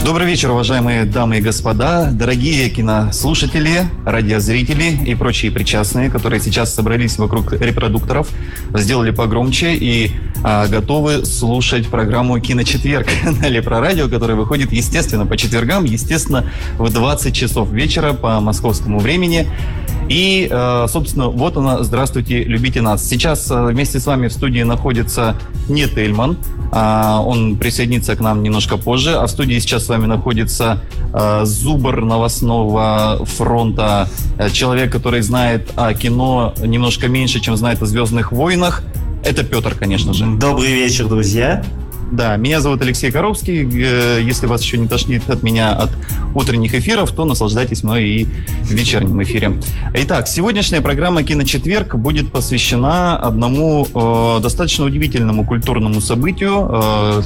Добрый вечер, уважаемые дамы и господа, дорогие кинослушатели, радиозрители и прочие причастные, которые сейчас собрались вокруг репродукторов, сделали погромче и готовы слушать программу «Киночетверг» на Лепрорадио, которая выходит, естественно, по четвергам, естественно, в 20 часов вечера по московскому времени. И, собственно, вот она, здравствуйте, любите нас. Сейчас вместе с вами в студии находится не Тельман, он присоединится к нам немножко позже, а в студии сейчас с вами находится зубр новостного фронта, человек, который знает о кино немножко меньше, чем знает о «Звездных войнах». Это Петр, конечно же. Добрый вечер, друзья. Да, меня зовут Алексей Коровский. Если вас еще не тошнит от меня от утренних эфиров, то наслаждайтесь мной и в вечернем эфире. Итак, сегодняшняя программа «Киночетверг» будет посвящена одному достаточно удивительному культурному событию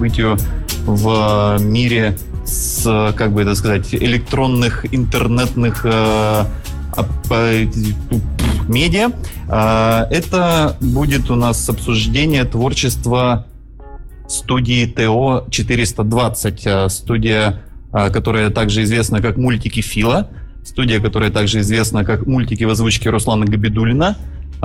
в мире с, как бы это сказать, электронных, интернетных медиа. Это будет у нас обсуждение творчества студии ТО-420, студия, которая также известна как «Мультики Фила», студия, которая также известна как «Мультики в озвучке» Руслана Габидуллина,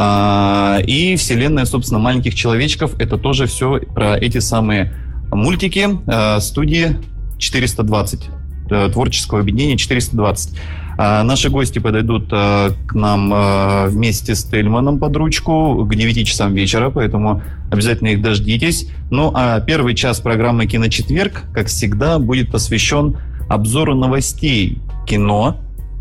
и вселенная, собственно, «Маленьких человечков». Это тоже все про эти самые мультики студии 420, творческого объединения 420. Наши гости подойдут к нам вместе с Тельманом под ручку к 9 часам вечера, поэтому обязательно их дождитесь. Ну а первый час программы «Киночетверг», как всегда, будет посвящен обзору новостей кино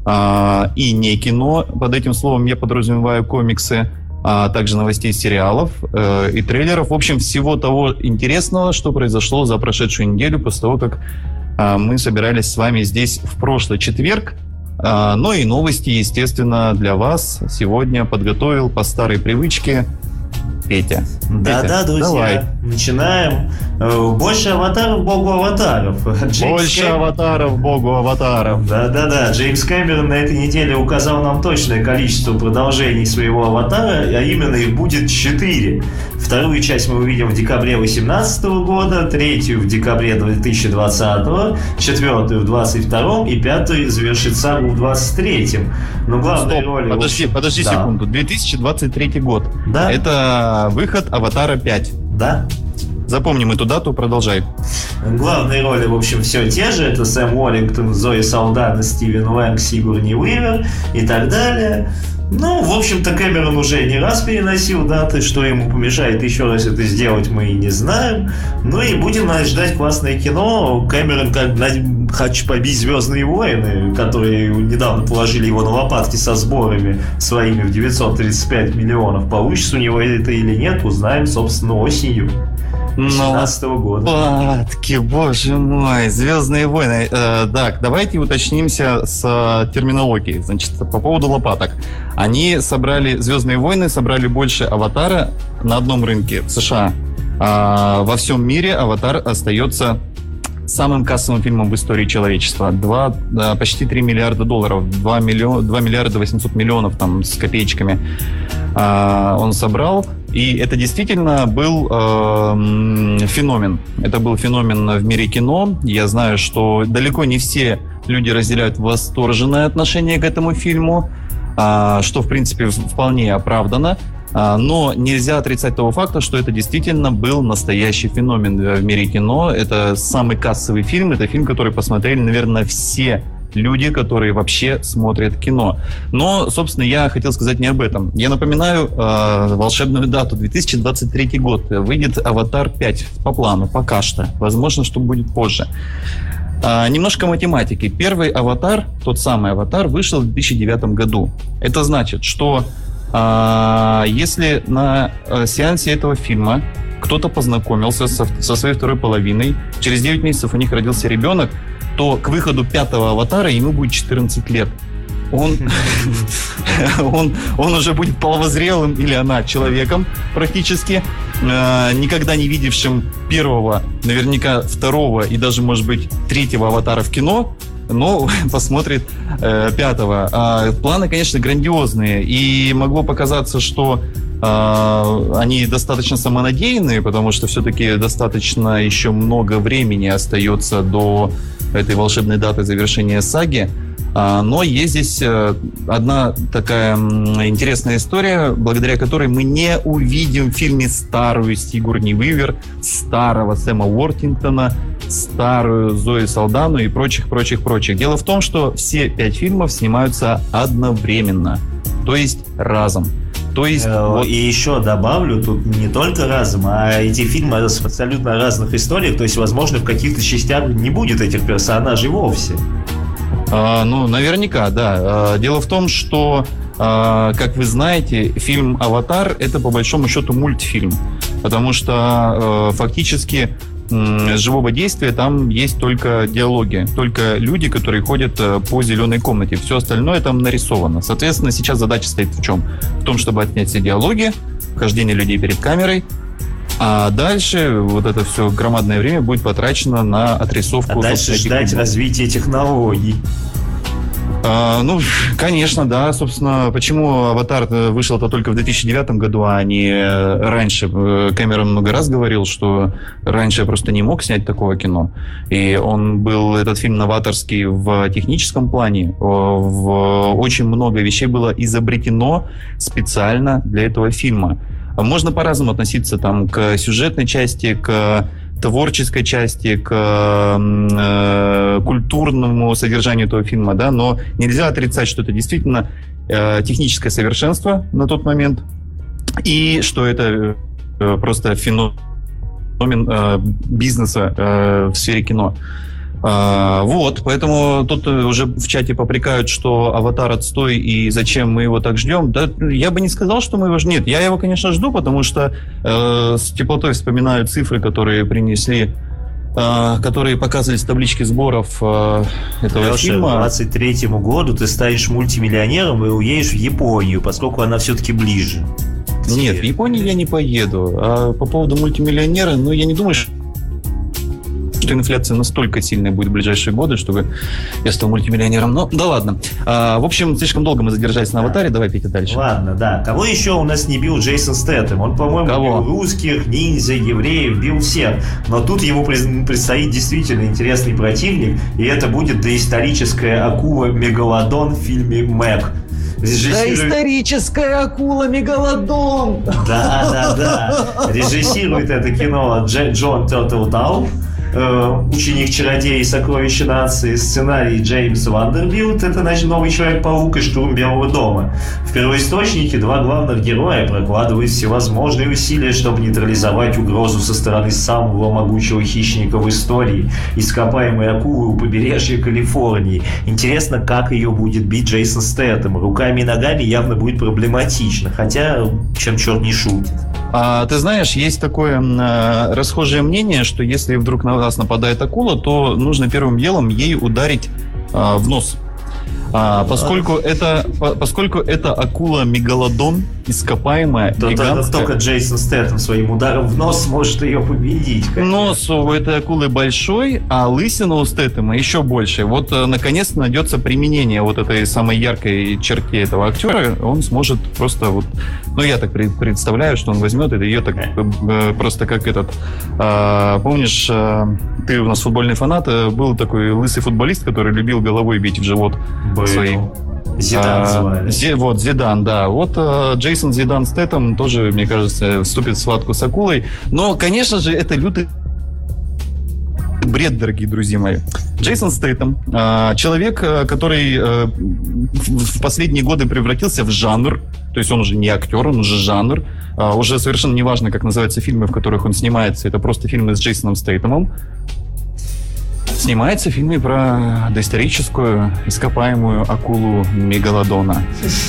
и не кино. Под этим словом я подразумеваю комиксы, а также новостей сериалов и трейлеров. В общем, всего того интересного, что произошло за прошедшую неделю после того, как мы собирались с вами здесь в прошлый четверг. Но и новости, естественно, для вас сегодня подготовил по старой привычке Петя. Да-да, друзья, давай. Начинаем. Больше аватаров, богу аватаров. Больше аватаров, богу аватаров. Да-да-да, Джеймс Кэмерон на этой неделе указал нам точное количество продолжений своего аватара, а именно их будет 4. Вторую часть мы увидим в декабре 2018 года, третью в декабре 2020, четвертую в 2022 и пятую завершит сагу в 2023. Но главной роли... Подожди секунду. 2023 год. Да? Это выход «Аватара 5». Да. Запомним эту дату, продолжай. Главные роли, в общем, все те же. Это Сэм Уоррингтон, Зои Салдана, Стивен Лэнг, Сигурни Уивер и так далее. Ну, в общем-то, Кэмерон уже не раз переносил даты. Что ему помешает еще раз это сделать, мы и не знаем. Ну и будем ждать классное кино. Кэмерон хочет побить «Звездные войны», которые недавно положили его на лопатки со сборами своими в 935 миллионов. Получится у него это или нет, узнаем, собственно, осенью 2017 года. Лопатки, боже мой, «Звездные войны». Так, давайте уточнимся с терминологией. Значит, по поводу лопаток. Они собрали, «Звездные войны» собрали больше «Аватара» на одном рынке в США. Во всем мире «Аватар» остается самым кассовым фильмом в истории человечества. Почти 3 миллиарда долларов, 2 миллиарда 800 миллионов там с копеечками он собрал. И это действительно был феномен. Это был феномен в мире кино. Я знаю, что далеко не все люди разделяют восторженное отношение к этому фильму, что, в принципе, вполне оправдано. Но нельзя отрицать того факта, что это действительно был настоящий феномен в мире кино. Это самый кассовый фильм. Это фильм, который посмотрели, наверное, все люди, которые вообще смотрят кино. Но, собственно, я хотел сказать не об этом. Я напоминаю волшебную дату. 2023 год. Выйдет «Аватар 5» по плану, пока что. Возможно, что будет позже. Немножко математики. Первый «Аватар», тот самый «Аватар», вышел в 2009 году. Это значит, что если на сеансе этого фильма кто-то познакомился со своей второй половиной, через 9 месяцев у них родился ребенок, то к выходу 5-го «Аватара» ему будет 14 лет. Он уже будет половозрелым, или она, человеком практически, никогда не видевшим первого, наверняка второго и даже, может быть, третьего «Аватара» в кино, но посмотрит 5-го. Планы, конечно, грандиозные, и могло показаться, что они достаточно самонадеянные, потому что все-таки достаточно еще много времени остается до этой волшебной даты завершения саги. Но есть здесь одна такая интересная история, благодаря которой мы не увидим в фильме старую Сигурни Уивер, старого Сэма Уортингтона, старую Зои Салдану и прочих. Дело в том, что все 5 фильмов снимаются одновременно, то есть разом. То есть, И еще добавлю, тут не только разом, а эти фильмы с абсолютно разных историях, то есть, возможно, в каких-то частях не будет этих персонажей вовсе. Наверняка, да. Дело в том, что, как вы знаете, фильм «Аватар» — это, по большому счету, мультфильм, потому что фактически живого действия там есть только диалоги, только люди, которые ходят по зеленой комнате. Все остальное там нарисовано. Соответственно, сейчас задача стоит в чем? В том, чтобы отнять все диалоги, хождение людей перед камерой, а дальше вот это все громадное время будет потрачено на отрисовку. А дальше ждать развития технологий. Конечно, да. Собственно, почему «Аватар» вышел-то только в 2009 году, а не раньше? Кэмерон много раз говорил, что раньше я просто не мог снять такого кино. И он был, этот фильм, новаторский в техническом плане. Очень много вещей было изобретено специально для этого фильма. Можно по-разному относиться там, к сюжетной части, к творческой части, к культурному содержанию этого фильма, да, но нельзя отрицать, что это действительно техническое совершенство на тот момент, и что это просто феномен бизнеса в сфере кино. Поэтому тут уже в чате попрекают, что «Аватар» отстой и зачем мы его так ждем. Да, я бы не сказал, что мы его ждем. Нет, я его, конечно, жду, потому что с теплотой вспоминаю цифры, которые принесли, которые показывались в табличке сборов этого фильма. К 2023 году ты станешь мультимиллионером и уедешь в Японию, поскольку она все-таки ближе. Нет, в Японию я не поеду. А по поводу мультимиллионера, я не думаю, что инфляция настолько сильная будет в ближайшие годы, чтобы я стал мультимиллионером. Но да ладно. В общем, слишком долго мы задержались на «Аватаре». Давай, Петя, дальше. Ладно, да. Кого еще у нас не бил Джейсон Стэтэм? Он, по-моему, бил русских, ниндзя, евреев, бил всех. Но тут ему предстоит действительно интересный противник, и это будет доисторическая акула-мегалодон в фильме «Мэг». Доисторическая акула-мегалодон! Да. Режиссирует это кино Джон Тёртлтау, ученик чародея и сокровища нации. Сценарий Джеймс Вандербилт, это, значит, новый Человек-паук и штурм Белого дома. В первоисточнике 2 главных героя прокладывают всевозможные усилия, чтобы нейтрализовать угрозу со стороны самого могучего хищника в истории — ископаемой акулы у побережья Калифорнии. Интересно, как ее будет бить Джейсон Стэтэм. Руками и ногами явно будет проблематично, хотя чем черт не шутит. Ты знаешь, есть такое расхожее мнение, что если вдруг на нас нападает акула, то нужно первым делом ей ударить в нос. Поскольку это акула-мегалодон, ископаемая, гигантская... Только Джейсон Стэтэм своим ударом в нос сможет ее победить. Конечно. Нос у этой акулы большой, а лысина у Стэтэма еще больше. Вот, наконец-то, найдется применение вот этой самой яркой черте этого актера. Он сможет просто вот... я так представляю, что он возьмет и ее так просто как этот... Помнишь, ты у нас футбольный фанат, был такой лысый футболист, который любил головой бить в живот своим. Зидан звали. Зидан, да. Джейсон Зидан Стэтэм тоже, мне кажется, вступит в схватку с акулой. Но, конечно же, это лютый бред, дорогие друзья мои. Джейсон Стэтэм, человек, который в последние годы превратился в жанр. То есть он уже не актер, он уже жанр. Уже совершенно не важно, как называются фильмы, в которых он снимается. Это просто фильмы с Джейсоном Стэтэмом. Снимается в фильме про доисторическую ископаемую акулу мегалодона.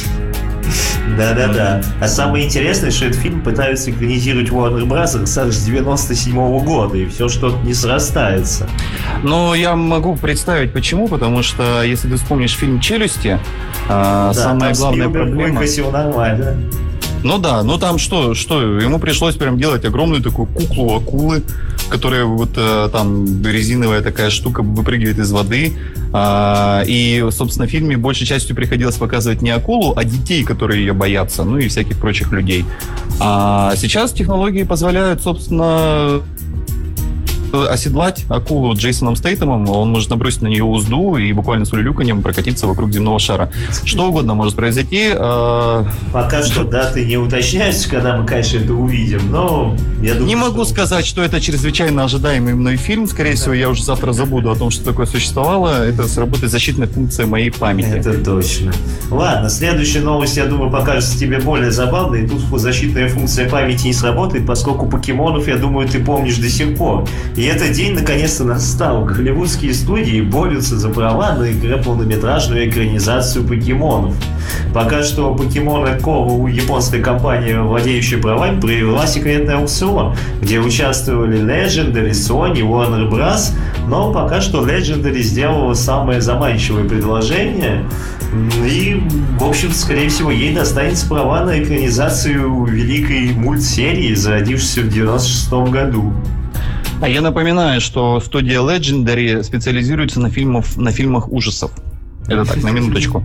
Да. А самое интересное, что этот фильм пытаются экранизировать Warner Bros. Аж с 97-го года, и все что-то не срастается. Я могу представить, почему, потому что, если ты вспомнишь фильм «Челюсти», самая главная проблема... Выкосил нормально. Там что, ему пришлось прям делать огромную такую куклу акулы, которая там резиновая такая штука выпрыгивает из воды. И, собственно, в фильме большей частью приходилось показывать не акулу, а детей, которые ее боятся, и всяких прочих людей. А сейчас технологии позволяют, собственно, оседлать акулу Джейсоном Стейтемом, он может набросить на нее узду и буквально с улюлюканьем прокатиться вокруг земного шара. Что угодно может произойти. Пока что даты не уточняются, когда мы, конечно, это увидим, но я думаю, не могу сказать, что это чрезвычайно ожидаемый мной фильм. Скорее всего, я уже завтра забуду о том, что такое существовало. Это сработает защитная функция моей памяти. Это точно. Ладно, следующая новость, я думаю, покажется тебе более забавной. И тут защитная функция памяти не сработает, поскольку покемонов, я думаю, ты помнишь до сих пор. И этот день наконец-то настал. Голливудские студии борются за права на полнометражную экранизацию покемонов. Пока что покемоны Кову, японская компания, владеющая правами, провела секретный аукцион, где участвовали Legendary, Sony, Warner Bros. Но пока что Legendary сделала самое заманчивое предложение. И, в общем, скорее всего, ей достанется права на экранизацию великой мультсерии, зародившейся в 96 году. А я напоминаю, что студия Legendary специализируется на фильмах ужасов. Это так, на минуточку.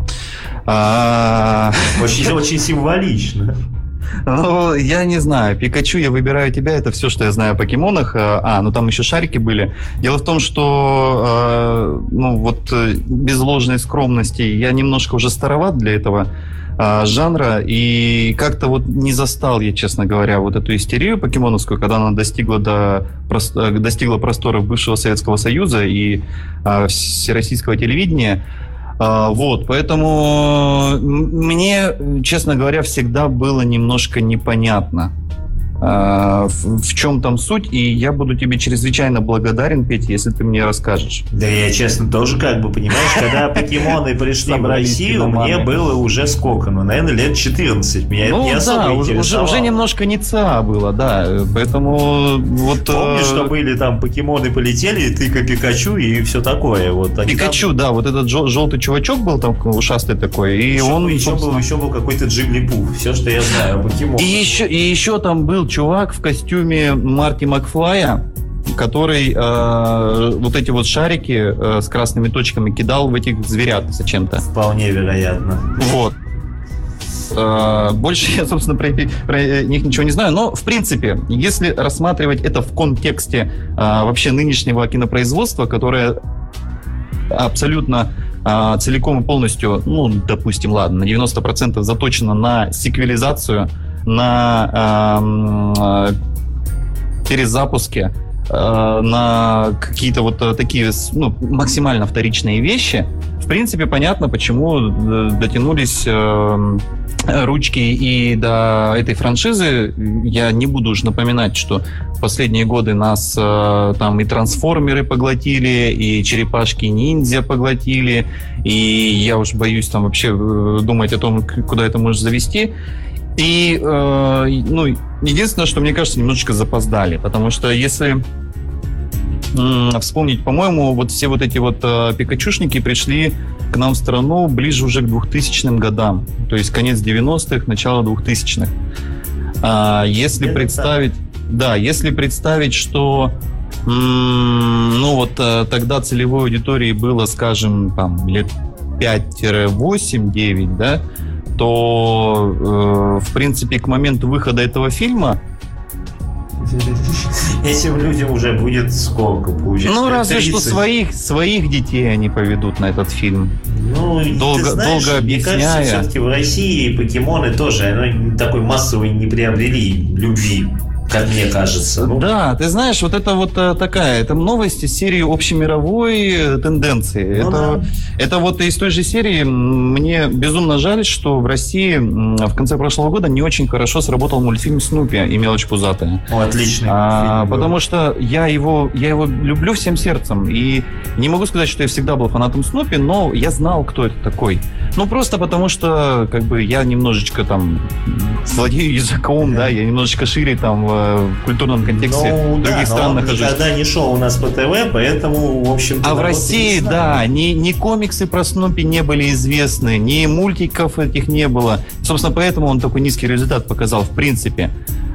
Очень символично. Ну, я не знаю. Пикачу, я выбираю тебя. Это все, что я знаю о покемонах. Ну там еще шарики были. Дело в том, что, без ложной скромности, я немножко уже староват для этого жанра, и как-то вот не застал я, честно говоря, вот эту истерию покемоновскую, когда она достигла просторов бывшего Советского Союза и всероссийского телевидения. Поэтому мне, честно говоря, всегда было немножко непонятно, в чем там суть, и я буду тебе чрезвычайно благодарен, Петя, если ты мне расскажешь. Да я, честно, тоже понимаешь, когда покемоны пришли в Россию, мне было уже сколько? Наверное, лет 14. Меня это не особо интересовало. Уже немножко не ЦА было, да, поэтому вот... Помнишь, что были там покемоны полетели, тыка Пикачу и все такое? Пикачу, да, вот этот желтый чувачок был там, ушастый такой, и еще был какой-то Джиглипуф, все, что я знаю о покемонах. И еще там был чувак в костюме Марти Макфлая, который вот эти вот шарики с красными точками кидал в этих зверят зачем-то. Вполне вероятно. Больше я, собственно, про них ничего не знаю, но, в принципе, если рассматривать это в контексте вообще нынешнего кинопроизводства, которое абсолютно целиком и полностью, допустим, на 90% заточено на сиквелизацию, на перезапуске, на какие-то вот такие максимально вторичные вещи, в принципе, понятно, почему дотянулись ручки и до этой франшизы. Я не буду уж напоминать, что в последние годы нас там и трансформеры поглотили, и черепашки-ниндзя поглотили, и я уж боюсь там вообще думать о том, куда это может завести. И, единственное, что мне кажется, немножечко запоздали, потому что если вспомнить, по-моему, вот все вот эти вот пикачушники пришли к нам в страну ближе уже к 2000-м годам, то есть конец 90-х, начало 2000-х. Если представить, что тогда целевой аудитории было, скажем, там лет 5-8-9, да, то, в принципе, к моменту выхода этого фильма этим людям уже будет сколько? Получается, разве 30. Что своих детей они поведут на этот фильм. Долго объясняя. Мне кажется, все-таки в России покемоны тоже такой массовой не приобрели любви, как мне кажется. Да, ты знаешь, вот это вот такая, это новость из серии общемировой тенденции. Это вот из той же серии. Мне безумно жаль, что в России в конце прошлого года не очень хорошо сработал мультфильм «Снупи» и «Мелочь пузатая». Отличный фильм. Потому что я его люблю всем сердцем. И не могу сказать, что я всегда был фанатом Снупи, но я знал, кто это такой. Просто потому что я немножечко там владею языком, да, я немножечко шире там в культурном контексте других стран нахожусь. Никогда не шел у нас по ТВ, поэтому, в общем-то... А в России, да, ни комиксы про Снупи не были известны, ни мультиков этих не было. Собственно, поэтому он такой низкий результат показал, в принципе.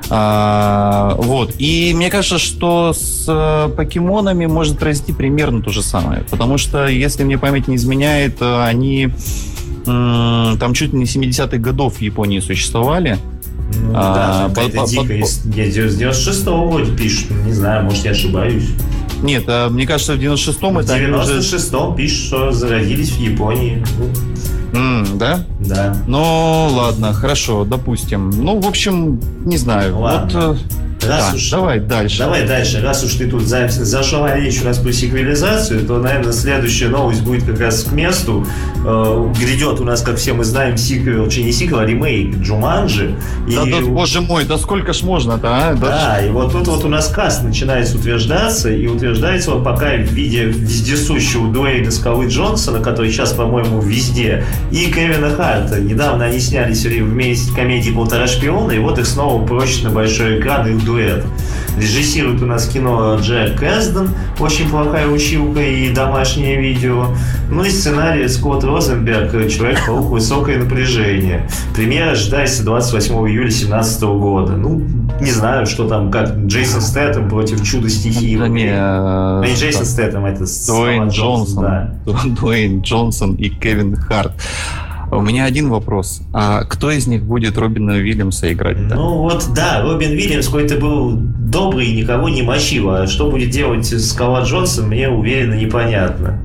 И мне кажется, что с покемонами может произойти примерно то же самое. Потому что, если мне память не изменяет, они там чуть ли не 70-х годов в Японии существовали. Это дико. С 96-го года пишут, не знаю, может, я ошибаюсь. Нет, мне кажется, в 96-м В это они уже... 96-м пишут, что зародились в Японии. Да? Да. Ну, ладно, хорошо, допустим. Ну, в общем, не знаю. Ладно. Вот... давай дальше. Давай дальше. Раз уж ты тут зашла речь у нас про сиквелизацию, то, наверное, следующая новость будет как раз к месту. Грядет у нас, как все мы знаем, сиквел, не сиквел, а ремейк Джуманджи. Да, боже мой, да сколько ж можно-то, а? Да, и вот тут вот у нас каст начинает утверждаться, и утверждается он пока в виде вездесущего Дуэйна Скалы Джонсона, который сейчас, по-моему, везде, и Кевина Харта. Недавно они снялись вместе комедии «Полтора шпиона», и вот их снова просят на большой экран, их дуэт. Режиссирует у нас кино Джек Кэзден, очень плохая училка и домашнее видео. Ну и сценарий Скотт Розенберг, Человек-паук, высокое напряжение. Премьера ожидается 28 июля 2017 года. Ну, не знаю, что там, как Джейсон Стэттем против чуда стихии. Не Джейсон Стэттем, это Дуэйн Джонсон. Да. Дуэйн Джонсон и Кевин Харт. У меня один вопрос. А кто из них будет Робина Уильямса играть-то? Ну вот, да, Робин Уильямс какой-то был добрый и никого не мочил. А что будет делать Скала Джонсон, мне уверенно непонятно.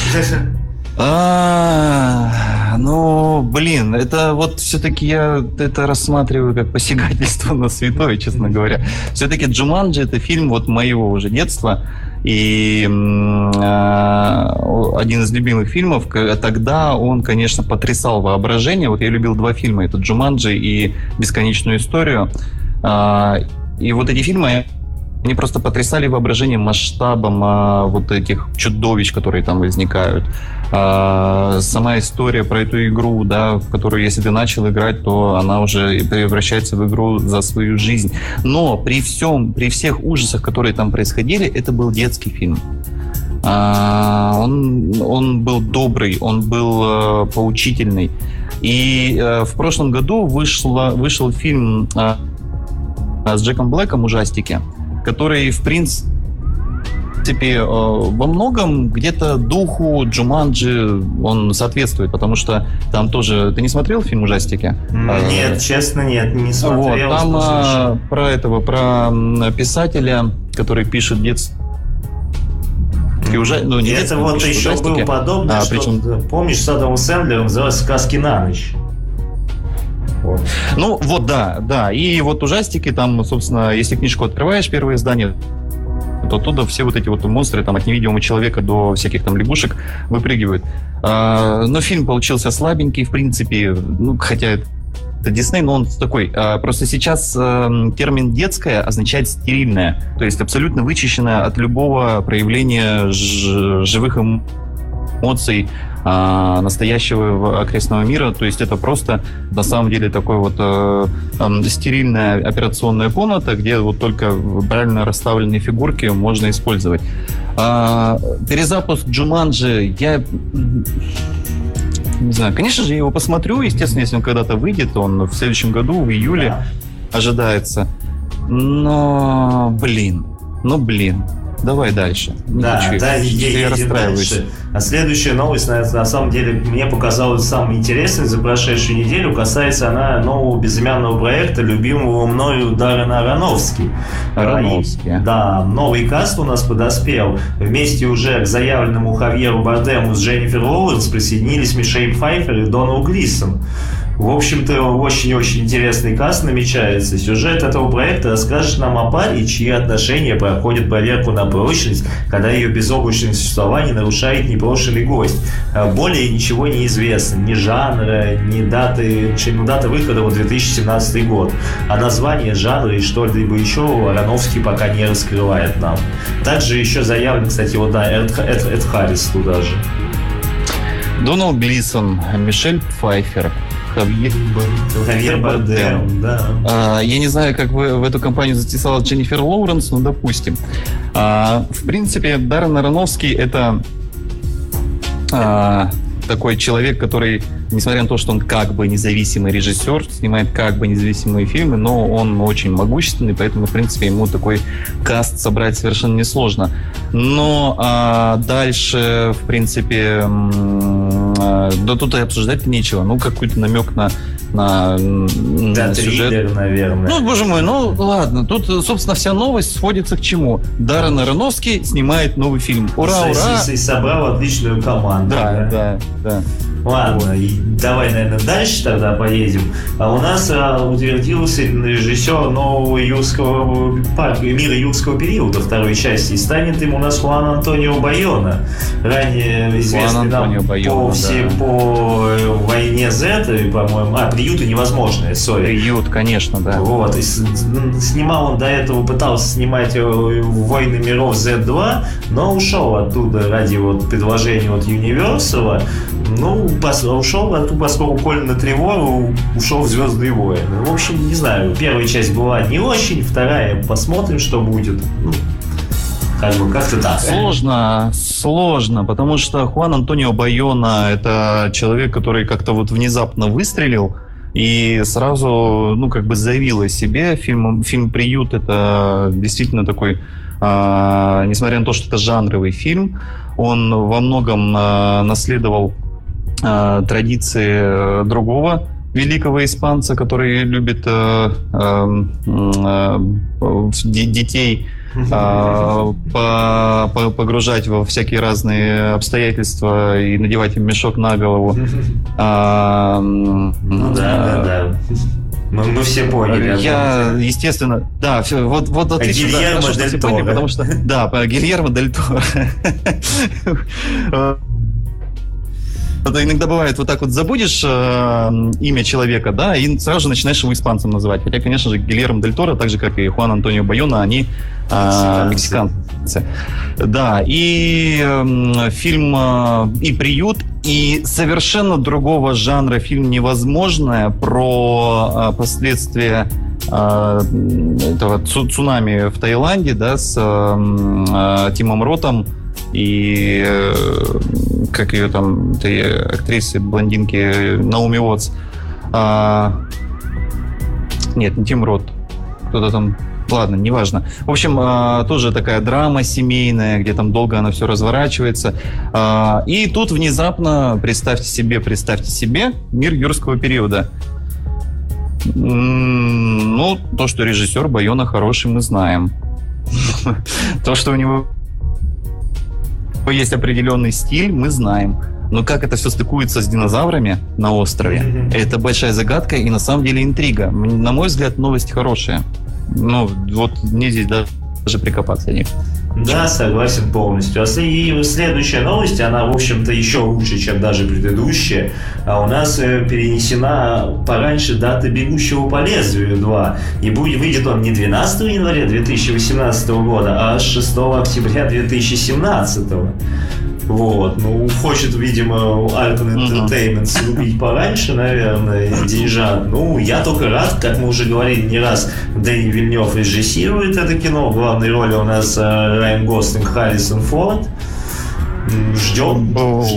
Ну, блин, это вот все-таки я это рассматриваю как посягательство на святое, честно говоря. Все-таки «Джуманджи» — это фильм вот моего уже детства. И один из любимых фильмов, тогда он, конечно, потрясал воображение. Вот я любил два фильма, это «Джуманджи» и «Бесконечную историю». И вот эти фильмы, они просто потрясали воображением, масштабом вот этих чудовищ, которые там возникают. Сама история про эту игру, да, в которую, если ты начал играть, то она уже превращается в игру за свою жизнь. Но при всех ужасах, которые там происходили, это был детский фильм. Он был добрый, он был поучительный. И в прошлом году вышел фильм с Джеком Блэком «Ужастики», который, в принципе, во многом где-то духу Джуманджи он соответствует, потому что там тоже... Ты не смотрел фильм «Ужастики»? Нет, честно, нет, не смотрел. Вот, там про писателя, который пишет детские ужастики. Ну, не это вот еще ужастики. Было подобное, причем... помнишь, с Адамом Сэндлером называлось «Сказки на ночь». Вот. Ну, вот, да. И вот «Ужастики», там, собственно, если книжку открываешь, первое издание, то оттуда все вот эти вот монстры, там, от невидимого человека до всяких там лягушек выпрыгивают. Но фильм получился слабенький, в принципе, ну, хотя это Дисней, но он такой. Просто сейчас термин «детское» означает «стерильное», то есть абсолютно вычищенное от любого проявления живых эмоций, настоящего окрестного мира. То есть это просто на самом деле такой вот стерильная операционная комната, где вот только правильно расставленные фигурки можно использовать. Перезапуск Джуманджи, я не знаю, конечно же, я его посмотрю, естественно, если он когда-то выйдет, он в следующем году, в июле ожидается. Но, блин. Давай дальше. Я расстраиваюсь. Дальше. А следующая новость, на самом деле, мне показалась самой интересной за прошедшую неделю. Касается она нового безымянного проекта, любимого мною Даррена Аронофски. Да, новый каст у нас подоспел. Вместе уже к заявленному Хавьеру Бардему с Дженнифер Лоуренс присоединились Мишель Пфайффер и Дональд Глисон. В общем-то, очень-очень интересный каст намечается. Сюжет этого проекта расскажет нам о паре, чьи отношения проходят проверку на прочность, когда ее безоблачное существование нарушает непрошенный гость. Более ничего не известно. Ни жанра, ни даты выхода в 2017 год. А название жанра и что-либо еще Аронофски пока не раскрывает нам. Также еще заявлен, кстати, Эд Харрис туда же. Дональд Глисон, Мишель Пфайффер, Хавьер Бардем, да. Я не знаю, как в эту компанию затесала Дженнифер Лоуренс, но допустим. В принципе, Даррен Аронофски — это такой человек, который, несмотря на то, что он как бы независимый режиссер, снимает как бы независимые фильмы, но он очень могущественный, поэтому, в принципе, ему такой каст собрать совершенно несложно. Но дальше, в принципе, да тут и обсуждать нечего. Ну, какой-то намек на на сюжет. Триллер, наверное. Ну, боже мой, ну ладно. Тут, собственно, вся новость сводится к чему? Даррен Аронофски снимает новый фильм. Ура, ура! И собрал отличную команду. Да. Ладно, давай, наверное, дальше тогда поедем. А у нас утвердился режиссер нового мира юрского периода второй части. И станет им у нас Хуан Антонио Байона. Ранее известный нам по «Войне Z», по-моему, «Приюты невозможные», «Приют», конечно, да. Вот, и снимал он до этого, пытался снимать «Войны миров Z2», но ушел оттуда ради предложения от Universal. Ну, ушел оттуда, поскольку Колина Треворо ушел в «Звездные войны». В общем, не знаю, первая часть была не очень, вторая посмотрим, что будет. Ну, как-то так. Сложно, потому что Хуан Антонио Байона — это человек, который как-то внезапно выстрелил и сразу, заявил о себе. Фильм «Приют» — это действительно такой, несмотря на то, что это жанровый фильм, он во многом наследовал традиции другого великого испанца, который любит детей погружать во всякие разные обстоятельства и надевать им мешок на голову. Да. Мы все поняли. Я, естественно, да, вот отлично. Гильермо дель Торо. Потому что, да, Гильермо дель Торо. Иногда бывает, вот так вот забудешь имя человека, да, и сразу же начинаешь его испанцем называть. Хотя, конечно же, Гильермо дель Торо, так же, как и Хуан Антонио Байона, они мексиканцы. Да, и фильм и «Приют», и совершенно другого жанра фильм «Невозможное» про последствия этого цунами в Таиланде, да, с Тимом Ротом и как ее там, этой актрисы, блондинки Наоми Уотс. Нет, не Тим Рот. Кто-то там... Ладно, неважно. В общем, тоже такая драма семейная, где там долго она все разворачивается. И тут внезапно, представьте себе, мир юрского периода. Ну, то, что режиссер Байона хороший, мы знаем. То, что у него есть определенный стиль, мы знаем. Но как это все стыкуется с динозаврами на острове, это большая загадка и на самом деле интрига. На мой взгляд, новость хорошая. Ну, вот мне здесь даже прикопаться нет. Да, согласен полностью. И следующая новость, она, в общем-то, еще лучше, чем даже предыдущая. А у нас перенесена пораньше дата «Бегущего по лезвию 2». И выйдет он не 12 января 2018 года, а 6 октября 2017. Вот, ну, хочет, видимо, Alcon Entertainment срубить пораньше, наверное, деньжат. Ну, я только рад, как мы уже говорили не раз, Дэнни Вильнёв режиссирует это кино. В главной роли у нас Райан Гослинг, Харрисон Форд. Ждем.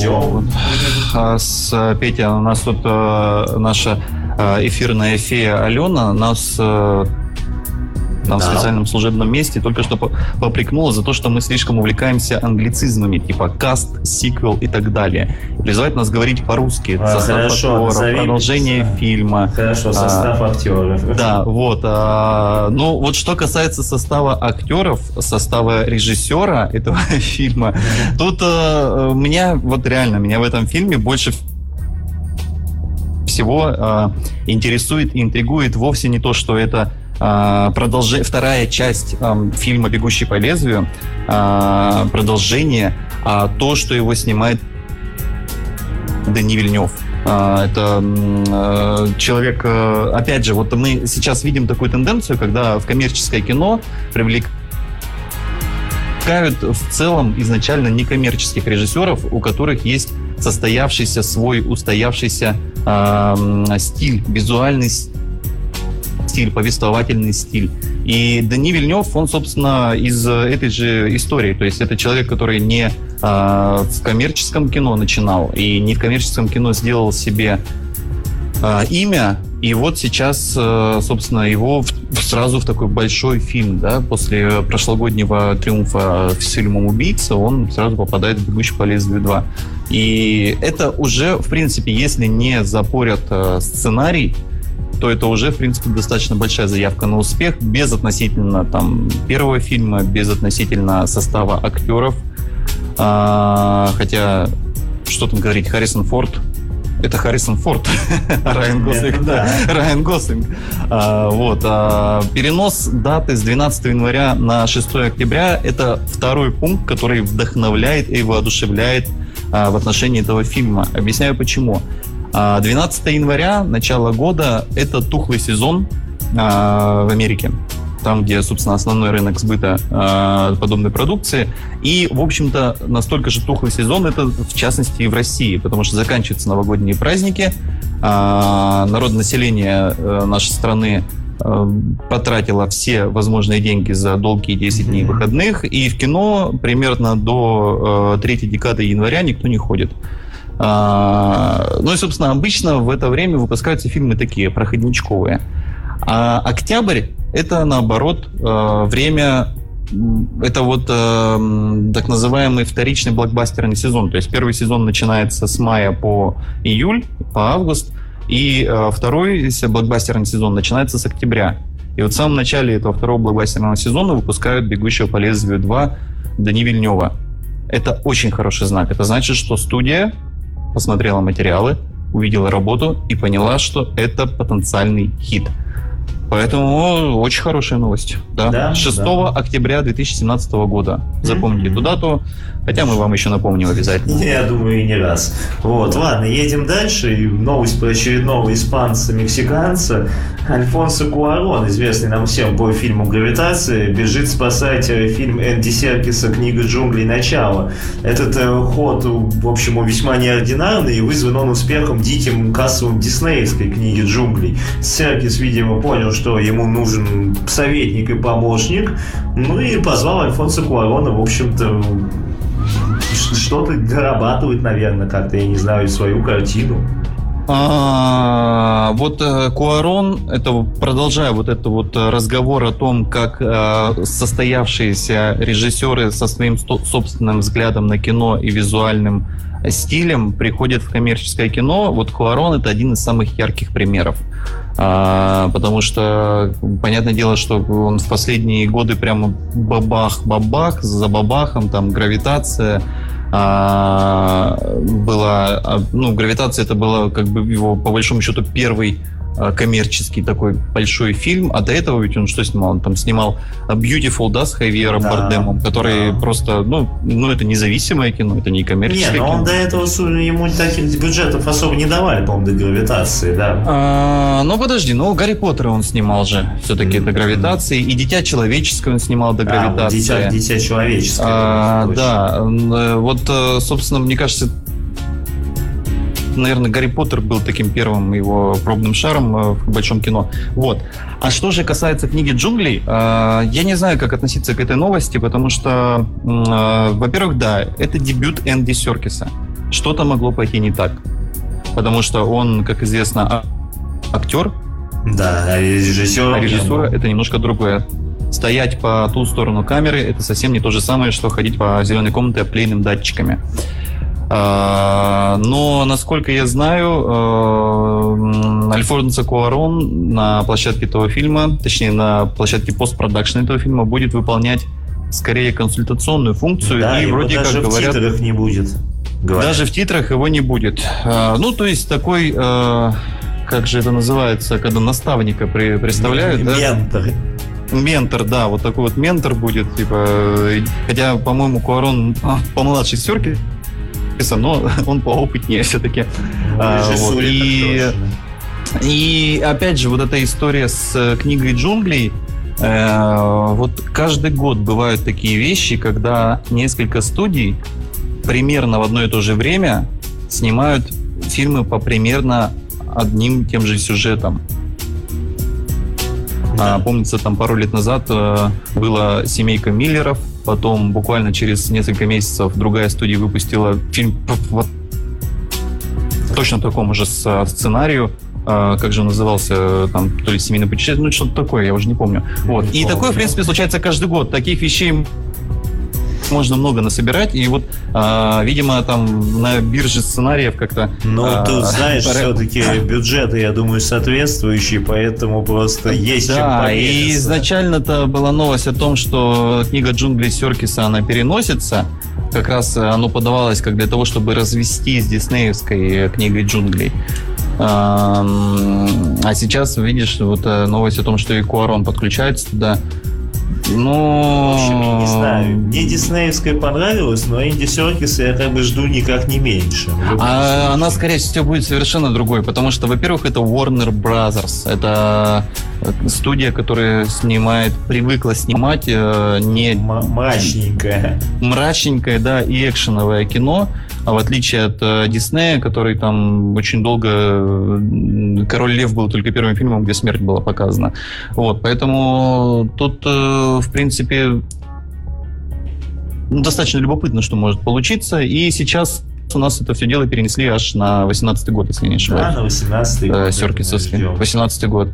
Петя, у нас тут наша эфирная фея Алена нас в специальном служебном месте только что попрекнула за то, что мы слишком увлекаемся англицизмами, типа каст, сиквел и так далее. Призывает нас говорить по-русски. Состав актеров, продолжение фильма. Хорошо, состав актеров. Да, вот. Ну, вот что касается состава актеров, состава режиссера этого фильма, тут меня в этом фильме больше всего интересует и интригует вовсе не то, что это вторая часть фильма «Бегущий по лезвию», продолжение, а то, что его снимает Дэнни Вильнёв. Это человек, опять же, вот мы сейчас видим такую тенденцию, когда в коммерческое кино привлекают в целом изначально некоммерческих режиссеров, у которых есть состоявшийся свой устоявшийся стиль, визуальный стиль, повествовательный стиль. И Дэнни Вильнёв, он, собственно, из этой же истории. То есть это человек, который не в коммерческом кино начинал и не в коммерческом кино сделал себе имя, и вот сейчас, собственно, его сразу в такой большой фильм, да, после прошлогоднего триумфа с фильмом «Убийца», он сразу попадает в «Бегущий по лезвию 2». И это уже, в принципе, если не запорят сценарий, то это уже, в принципе, достаточно большая заявка на успех, без относительно там первого фильма, без относительно состава актеров. Хотя, что там говорить, Харрисон Форд. Это Харрисон Форд, Райан Гослинг. Да, Райан Гослинг. Перенос даты с 12 января на 6 октября – это второй пункт, который вдохновляет и воодушевляет в отношении этого фильма. Объясняю почему. 12 января, начало года – это тухлый сезон в Америке. Там, где, собственно, основной рынок сбыта подобной продукции. И, в общем-то, настолько же тухлый сезон это, в частности, и в России, потому что заканчиваются новогодние праздники, народонаселение нашей страны потратило все возможные деньги за долгие 10 дней выходных, и в кино примерно до третьей декады января никто не ходит. Ну и, собственно, обычно в это время выпускаются фильмы такие, проходничковые. А октябрь — это, наоборот, время, это вот так называемый вторичный блокбастерный сезон. То есть первый сезон начинается с мая по июль, по август, и второй блокбастерный сезон начинается с октября. И вот в самом начале этого второго блокбастерного сезона выпускают «Бегущего по лезвию 2» Дани Вильнёва. Это очень хороший знак. Это значит, что студия посмотрела материалы, увидела работу и поняла, что это потенциальный хит. Поэтому очень хорошая новость. Да? 6 октября 2017 года. Запомните эту дату, хотя мы вам еще напомним обязательно. Я думаю, и не раз. Вот, ладно, едем дальше. И новость про очередного испанца-мексиканца. Альфонсо Куарон, известный нам всем по фильму «Гравитация», бежит спасать фильм Энди Серкиса «Книга джунглей. Начало». Этот ход, в общем, весьма неординарный, и вызван он успехом диким кассовым диснеевской «Книги джунглей». Серкис, видимо, понял, что ему нужен советник и помощник, ну и позвал Альфонсо Куарона, в общем-то, что-то дорабатывать, наверное, как-то, я не знаю, свою картину. Вот Куарон, это продолжая вот этот вот разговор о том, как состоявшиеся режиссеры со своим собственным взглядом на кино и визуальным стилем приходят в коммерческое кино. Вот Куарон — это один из самых ярких примеров. Потому что, понятное дело, что он в последние годы прямо бабах-бабах, за бабахом, там, «Гравитация» была... Ну, «Гравитация» — это была, как бы, его, по большому счету, первый коммерческий такой большой фильм, а до этого ведь он что снимал? Он там снимал «Beautiful», да, с Хавьером Бардемом, который просто, ну, это независимое кино, это не коммерческое кино. Нет, но он до этого, ему таких бюджетов особо не давали, по-моему, до «Гравитации», да. Ну, подожди, Гарри Поттера он снимал же все-таки до «Гравитации», и «Дитя человеческое» он снимал до «Гравитации». «Дитя человеческое». Да, вот, собственно, мне кажется, наверное, Гарри Поттер был таким первым его пробным шаром в большом кино. Вот. А что же касается «Книги джунглей», я не знаю, как относиться к этой новости, потому что, во-первых, да, это дебют Энди Серкиса. Что-то могло пойти не так. Потому что он, как известно, актер. Да, а режиссера это немножко другое. Стоять по ту сторону камеры — это совсем не то же самое, что ходить по зеленой комнате оплеенным датчиками. Но, насколько я знаю, Альфонсо Куарон на площадке этого фильма, точнее, на площадке постпродакшена этого фильма будет выполнять скорее консультационную функцию. Да, и вроде даже как говорят, в титрах не будет. Говорят. Даже в титрах его не будет. Ну, то есть такой, как же это называется, когда наставника представляют? Ментор. Да? Ментор, да, вот такой вот ментор будет, типа, хотя, по-моему, Куарон помладше Серкиса, но он поопытнее все-таки. Вот. И опять же, вот эта история с «Книгой джунглей», вот каждый год бывают такие вещи, когда несколько студий примерно в одно и то же время снимают фильмы по примерно одним тем же сюжетам. Помнится, там пару лет назад была «Семейка Миллеров», потом буквально через несколько месяцев другая студия выпустила фильм по точно такому же сценарию, как же он назывался, там, то ли «Семейный путешествие», ну, что-то такое, я уже не помню. Вот. И такое, в принципе, случается каждый год. Таких вещей можно много насобирать, и вот, видимо, там на бирже сценариев как-то... Ну, тут, знаешь, все-таки бюджеты, я думаю, соответствующие, поэтому просто есть чем Да, помериться. и изначально-то была новость о том, что книга джунглей Серкиса, она переносится. Как раз оно подавалось как для того, чтобы развести с диснеевской книгой джунглей. А сейчас, видишь, вот новость о том, что и Куарон подключается туда. Ну, в общем, я не знаю. Мне диснеевская понравилась, но Энди Серкиса я как бы жду никак не меньше. Она, скорее всего, будет совершенно другой, потому что, во-первых, это Warner Brothers. Это студия, которая привыкла снимать не... мрачненькое, да, и экшеновое кино. А в отличие от Диснея, который там очень долго... «Король лев» был только первым фильмом, где смерть была показана. Вот, поэтому тут, в принципе, достаточно любопытно, что может получиться. И сейчас у нас это все дело перенесли аж на 18-й год, если не ошибаюсь. Да, на 18-й год. Серкисовский. 18-й год.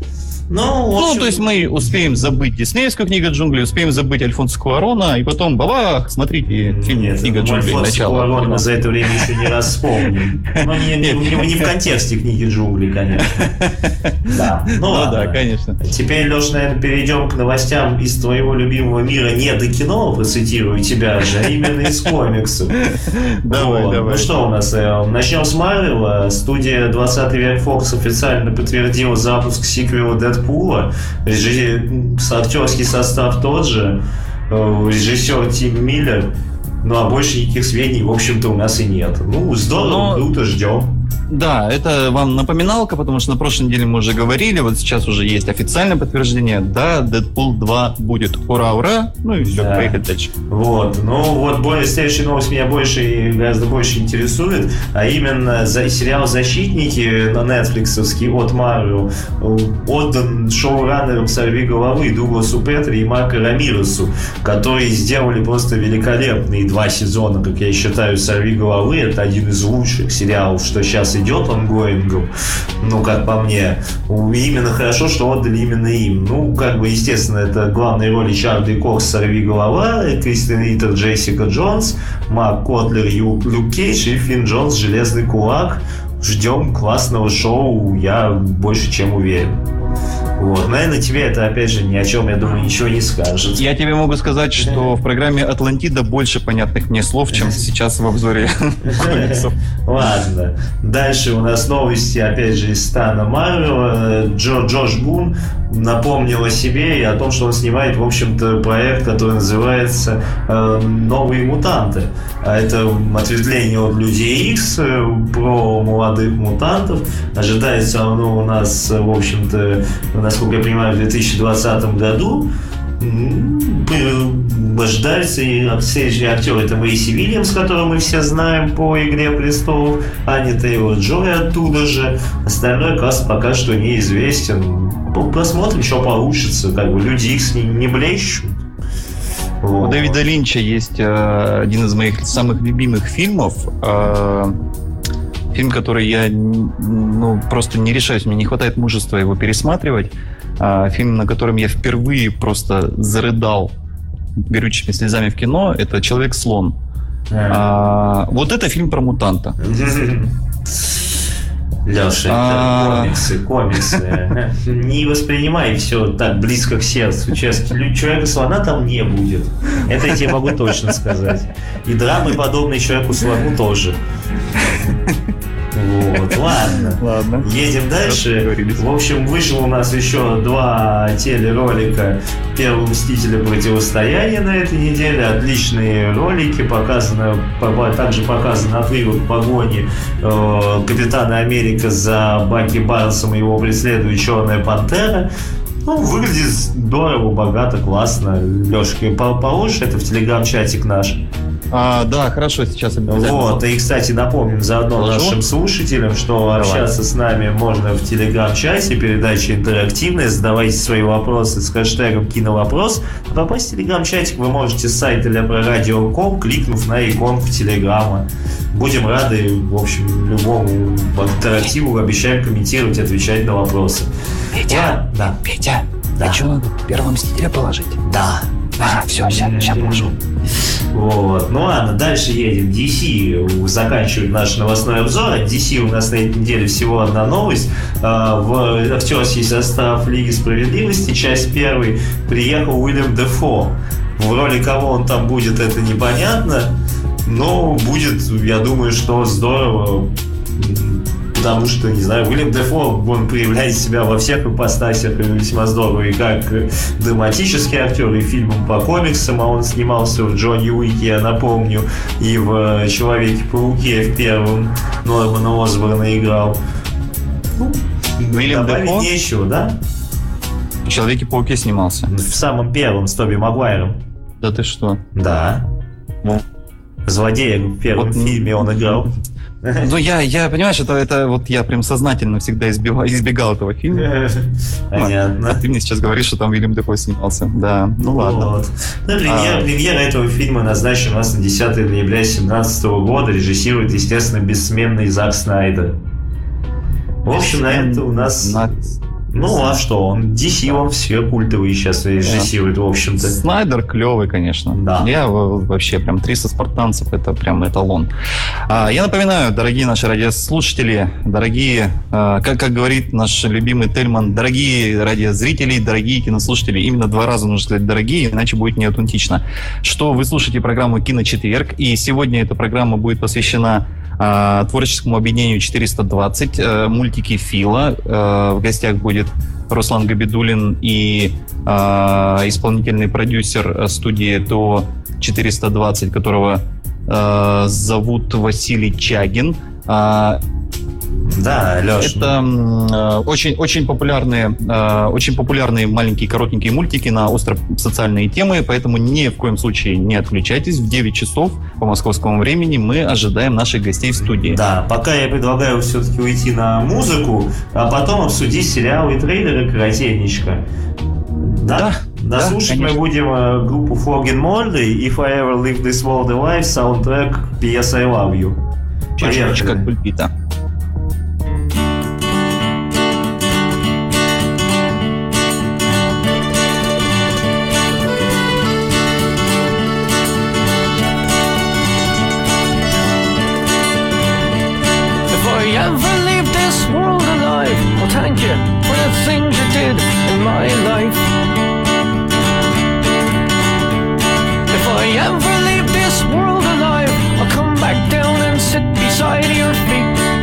Ну, то есть мы успеем забыть диснеевскую книгу джунглей, успеем забыть Альфонсо Куарона, и потом бабах, смотрите, фильм «Книга джунглей», начало. Куарона мы за это время еще не раз вспомним. Но не в контексте «Книги джунглей», конечно. Да, да, конечно. Теперь, Леш, наверное, перейдем к новостям из твоего любимого мира не до кино, процитирую тебя же, а именно из комиксов. Давай. Ну что у нас? Начнем с Марвела. Студия 20 век Fox официально подтвердила запуск сиквела Дэдпула. Актерский состав тот же. Режиссер Тим Миллер. Ну, а больше никаких сведений, в общем-то, у нас и нет. Ну, здорово, круто, ждем. Да, это вам напоминалка, потому что на прошлой неделе мы уже говорили, вот сейчас уже есть официальное подтверждение. Да, Дэдпул 2 будет. Ура, ура! Ну и все, поехали дальше. Вот, следующая новость меня гораздо больше интересует, а именно сериал «Защитники» на Netflix-овский от Marvel отдан шоураннерам «Сорвиголовы» Дугласу Петри и Марко Рамиресу, которые сделали просто великолепные 2 сезона, как я считаю. «Сорвиголовы» — это один из лучших сериалов, что сейчас идет онгоингом, ну, как по мне. Именно хорошо, что отдали именно им. Ну, как бы, естественно, это главные роли Чарли Кокс, «Сорвиголова», Кристен Риттер, Джессика Джонс, Марк Котлер, Люк Кейдж и Финн Джонс, «Железный кулак». Ждем классного шоу, я больше чем уверен. Вот. Наверное, тебе это, опять же, ни о чем, я думаю, ничего не скажет. Я тебе могу сказать, что в программе «Атлантида» больше понятных мне слов, чем сейчас в обзоре комиксов. Ладно. Дальше у нас новости, опять же, из стана Марвела. Джош Бун напомнил о себе и о том, что он снимает, в общем-то, проект, который называется «Новые мутанты». А это ответвление от Людей Икс про молодых мутантов. Ожидается оно у нас, в общем-то, насколько я понимаю, в 2020 году. Ожидается и следующий актер — это Мэйси Уильямс, которого мы все знаем по «Игре престолов», Аня Тейлор-Джой оттуда же. Остальной каст пока что неизвестен. Посмотрим, что получится. Как бы Люди Икс не блещут. У Дэвида Линча есть один из моих самых любимых фильмов. Фильм, который я просто не решаюсь, мне не хватает мужества его пересматривать. Фильм, на котором я впервые просто зарыдал горючими слезами в кино, это «Человек-слон». Вот это фильм про мутанта. Леша, это комиксы. Не воспринимай все так близко к сердцу. Честно, Человека-слона там не будет. Это я тебе могу точно сказать. И драмы, подобные Человеку-слону, тоже. Вот, ладно. Едем дальше. В общем, вышло у нас еще 2 телеролика «Первого Мстителя. Противостояние» на этой неделе. Отличные ролики. Также показан отрывок погони Капитана Америка за Баки Барнсом, и его преследует Черная Пантера. Ну, выглядит здорово, богато, классно. Лешка, положишь это в телеграм-чатик наш? Да, хорошо, сейчас обязательно. Вот, и, кстати, напомним заодно Положу. нашим слушателям, что Давай. общаться с нами можно в телеграм-чате, передача интерактивная, задавайте свои вопросы с хэштегом «Киновопрос». А попасть в телеграм-чатик вы можете с сайта ляпрорадио.ком, кликнув на иконку телеграма. Будем рады, в общем, любому интерактиву, обещаем комментировать, отвечать на вопросы. Петя, Да. Петя, Да. а что, Первого Мстителя положить? Да. Все, сейчас положу. Вот. Ну ладно, дальше едем. DC заканчивает наш новостной обзор. От DC у нас на этой неделе всего одна новость. В актерский состав Лиги Справедливости, часть 1, приехал Уильям Дефо. В роли кого он там будет, это непонятно. Но будет, я думаю, что здорово. Потому что, не знаю, Уильям Дефо, он проявляет себя во всех ипостасях весьма здорово. И как драматический актер, и фильмом по комиксам, а он снимался в Джонни Уике, я напомню, и в Человеке-пауке в первом Нормана Осборна играл. Уильям Добавить Дефо нечего, да? в «Человеке-пауке» снимался. В самом первом, с Тоби Магуайром. Да ты что? Да. Ну. Злодея в первом Вот, фильме он играл. Ну, я понимаешь, это вот я прям сознательно всегда избегал этого фильма. Понятно. А ты мне сейчас говоришь, что там Уильям Дефо снимался. Да, ну ладно. Вот. Ну, премьера этого фильма назначена у нас на 10 ноября 2017 года. Режиссирует, естественно, бессменный Зак Снайдер. В общем, на это у нас... Ну, а что? Он DC, он все культовые сейчас режиссирует, в общем-то. Снайдер клевый, конечно. Да. Я вообще прям 300 спартанцев, это прям эталон. Я напоминаю, дорогие наши радиослушатели, дорогие, как говорит наш любимый Тельман, дорогие радиозрители, дорогие кинослушатели, именно 2 раза нужно сказать «дорогие», иначе будет неаутентично, что вы слушаете программу «Киночетверг», и сегодня эта программа будет посвящена творческому объединению 420, мультики Фила. В гостях будет Руслан Габидуллин и исполнительный продюсер студии ТО 420, которого зовут Василий Чагин. Да, Леш. Это очень популярные маленькие коротенькие мультики на остро социальные темы, поэтому ни в коем случае не отключайтесь. В 9 часов по московскому времени мы ожидаем наших гостей в студии. Да, пока я предлагаю все-таки уйти на музыку, а потом обсудить сериалы и трейлеры коротенечко. Да? Дослушать мы будем группу Flogging Molly, If I Ever Leave This World Alive, саундтрек PS I Love You. Чуть-чуть как бульбита. Thank you for the things you did in my life. If I ever leave this world alive, I'll come back down and sit beside your feet.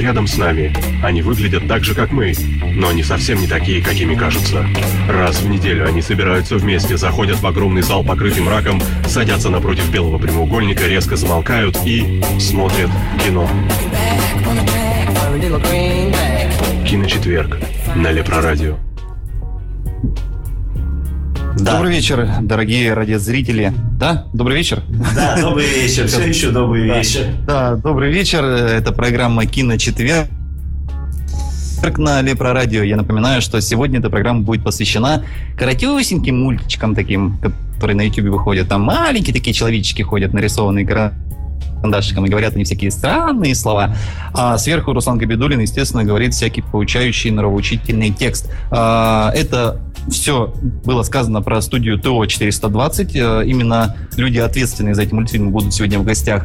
рядом с нами. Они выглядят так же, как мы, но они совсем не такие, какими кажутся. Раз в неделю они собираются вместе, заходят в огромный зал, покрытый мраком, садятся напротив белого прямоугольника, резко замолкают и смотрят кино. Киночетверг на Лепрорадио. Да. Добрый вечер, дорогие радиозрители. Да, добрый вечер. Да, добрый вечер, все еще добрый вечер. Да, добрый вечер. Это программа «Киночетверг» на Лепрорадио. Я напоминаю, что сегодня эта программа будет посвящена коротюсеньким мультичкам таким, которые на YouTube выходят. Там маленькие такие человечки ходят, нарисованные карандашиком, и говорят они всякие странные слова. А сверху Руслан Габидуллин, естественно, говорит всякий поучающий, нравоучительный текст. Это все было сказано про студию ТО 420. Именно люди, ответственные за эти мультфильмы, будут сегодня в гостях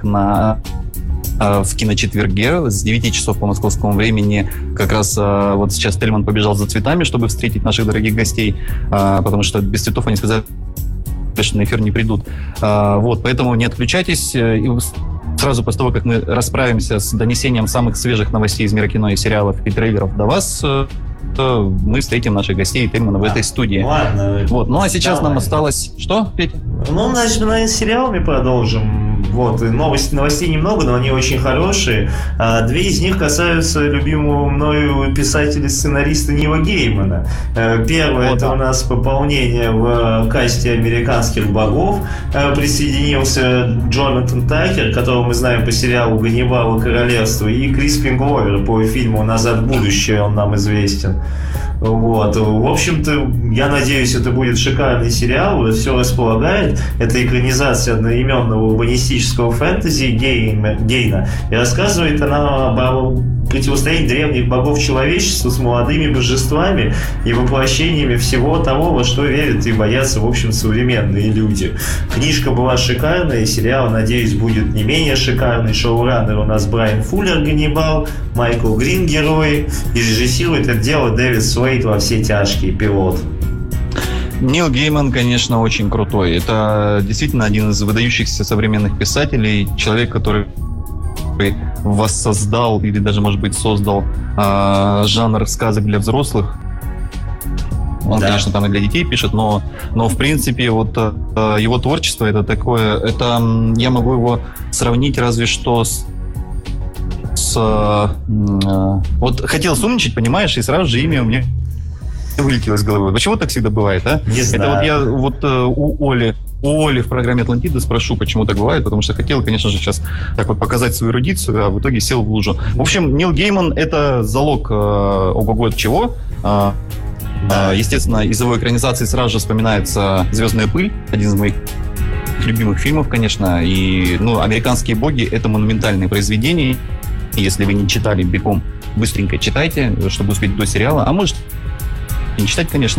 в киночетверге с 9 часов по московскому времени. Как раз вот сейчас Тельман побежал за цветами, чтобы встретить наших дорогих гостей, потому что без цветов они сказали, что на эфир не придут. Вот, поэтому не отключайтесь. И сразу после того, как мы расправимся с донесением самых свежих новостей из мира кино и сериалов и трейлеров до вас, мы встретим наших гостей Тельмана в этой студии. Ладно. Вот. Ну а сейчас давай. Нам осталось... Что, Петя? Ну, значит, мы с сериалами продолжим. Вот, и новостей немного, но они очень хорошие. Две из них касаются любимого мною писателя-сценариста Нила Геймана. Первое, это у нас пополнение в касте американских богов. Присоединился Джонатан Такер, которого мы знаем по сериалу «Ганнибал и королевство», и Криспин Гловер по фильму «Назад в будущее», он нам известен. Вот. В общем-то, я надеюсь, это будет шикарный сериал, все располагает. Это экранизация одноименного урбанистического фэнтези Гейна. И рассказывает она об противостоянии древних богов человечества с молодыми божествами и воплощениями всего того, во что верят и боятся, в общем, современные люди. Книжка была шикарная, сериал, надеюсь, будет не менее шикарный. Шоураннер у нас Брайан Фуллер, Ганнибал, Майкл Грин, герой, и режиссирует это дело Дэвид Слейд во «Все тяжкие», пилот. Нил Гейман, конечно, очень крутой. Это действительно один из выдающихся современных писателей, человек, который воссоздал или даже, может быть, создал жанр сказок для взрослых. Он, конечно, там и для детей пишет, но в принципе, вот его творчество это такое, это я могу его сравнить разве что вот хотел сумничать, понимаешь, и сразу же имя у меня вылетело из головы. Почему так всегда бывает, а? Не знаю. Это вот я у Оли в программе «Атлантида» спрошу, почему так бывает, потому что хотел, конечно же, сейчас так вот показать свою эрудицию, а в итоге сел в лужу. В общем, Нил Гейман — это залог ого-го чего. Естественно, из его экранизации сразу же вспоминается «Звездная пыль», один из моих любимых фильмов, конечно. И, «Американские боги» — это монументальное произведение. Если вы не читали бегом, быстренько читайте, чтобы успеть до сериала. А может, не читать, конечно.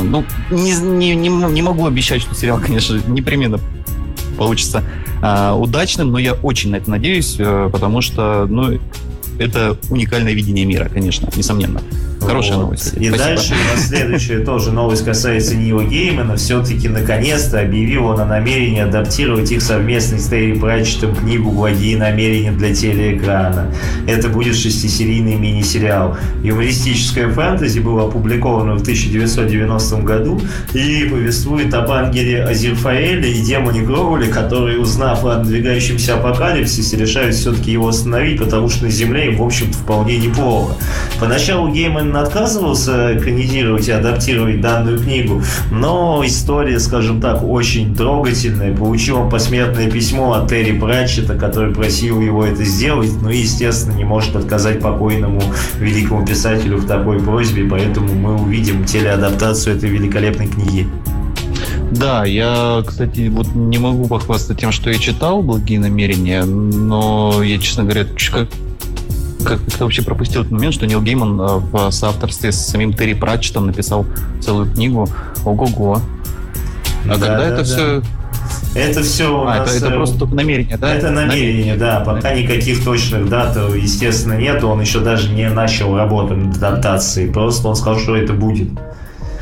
Не могу обещать, что сериал, конечно, непременно получится удачным, но я очень на это надеюсь, потому что, это уникальное видение мира, конечно, несомненно. Хорошая новость. И спасибо. Дальше у нас следующая тоже новость касается Нила Геймана. Все-таки наконец-то объявил он о намерении адаптировать их совместно с Терри Пратчеттом книгу «Благие намерения» для телеэкрана. Это будет 6-серийный мини-сериал. Юмористическое фэнтези было опубликовано в 1990 году и повествует об ангеле Азирфаэле и демоне Гроуле, которые, узнав о надвигающемся апокалипсисе, решают все-таки его остановить, потому что на Земле им, в общем-то, вполне неплохо. Поначалу Гейман отказывался экранизировать и адаптировать данную книгу, но история, скажем так, очень трогательная. Получил он посмертное письмо от Терри Пратчетта, который просил его это сделать, но, естественно, не может отказать покойному великому писателю в такой просьбе, поэтому мы увидим телеадаптацию этой великолепной книги. Да, я, кстати, вот не могу похвастаться тем, что я читал «Благие намерения», но я, честно говоря, как-то вообще пропустил этот момент, что Нил Гейман в соавторстве с самим Терри Пратчеттом написал целую книгу. Ого-го. Когда это все... Это все у нас... Это просто только намерение, да? Это намерение, да. Пока никаких точных дат, естественно, нет. Он еще даже не начал работу над адаптацией. Просто он сказал, что это будет.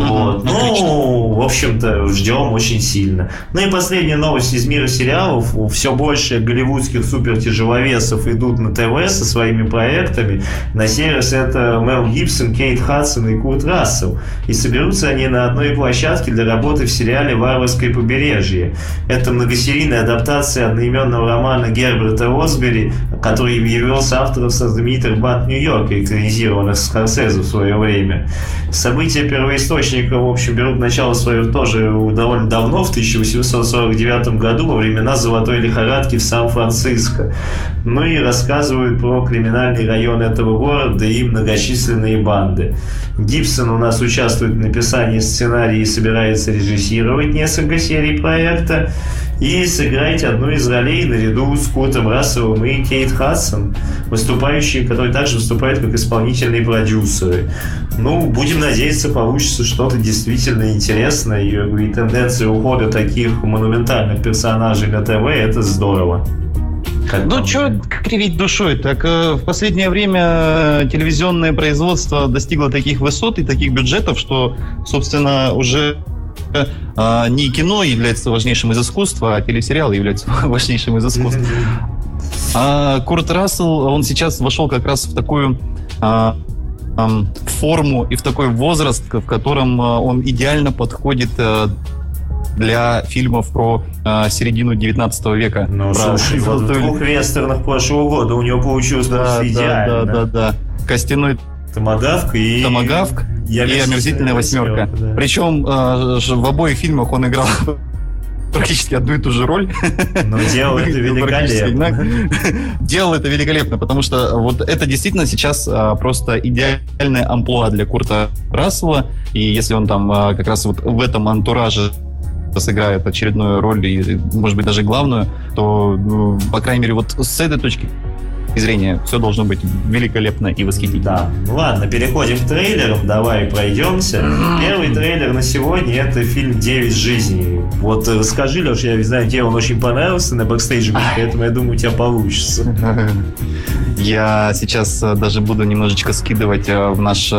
Вот. Ну, в общем-то, ждем очень сильно. Ну и последняя новость из мира сериалов. Все больше голливудских супертяжеловесов идут на ТВ со своими проектами. На сей раз это Мел Гибсон, Кейт Хадсон и Курт Рассел. И соберутся они на одной площадке для работы в сериале «Варварское побережье». Это многосерийная адаптация одноименного романа Герберта Росбери, который явился автором со знаменитых «Банд Нью-Йорка», экранизированных Скорсезе в свое время. События первоисточника, в общем, берут начало свое тоже довольно давно, в 1849 году, во времена золотой лихорадки в Сан-Франциско. Ну и рассказывают про криминальный район этого города и многочисленные банды. Гибсон у нас участвует в написании сценария и собирается режиссировать несколько серий проекта и сыграть одну из ролей наряду с Куртом Расселом и Кейт Хадсон, выступающие, которые также выступают как исполнительные продюсеры. Ну, будем надеяться, получится что-то действительно интересное, и тенденция ухода таких монументальных персонажей на ТВ — это здорово. Ну, что кривить душой? Так в последнее время телевизионное производство достигло таких высот и таких бюджетов, что, собственно, уже не кино является важнейшим из искусства, а телесериал является важнейшим из искусств. А Курт Рассел, он сейчас вошел как раз в такую форму и в такой возраст, в котором он идеально подходит для фильмов про середину 19 века. Ну, слушай, вот в 2 вестернах прошлого года у него получилось просто идеально. Да. Костяной томагавк и омерзительная восьмерка. Да. Причем в обоих фильмах он играл практически одну и ту же роль. Но делал это великолепно. Делал это великолепно, потому что вот это действительно сейчас просто идеальное амплуа для Курта Рассела. И если он там как раз вот в этом антураже сыграет очередную роль, и, может быть, даже главную, то, по крайней мере, вот с этой точки зрения все должно быть великолепно и восхитительно. Да. Ну ладно, переходим к трейлерам, давай пройдемся. Первый трейлер на сегодня — это фильм «9 жизней». Вот расскажи, Леш, я знаю, тебе он очень понравился на бэкстейдже, поэтому я думаю, у тебя получится. Я сейчас даже буду немножечко скидывать в наш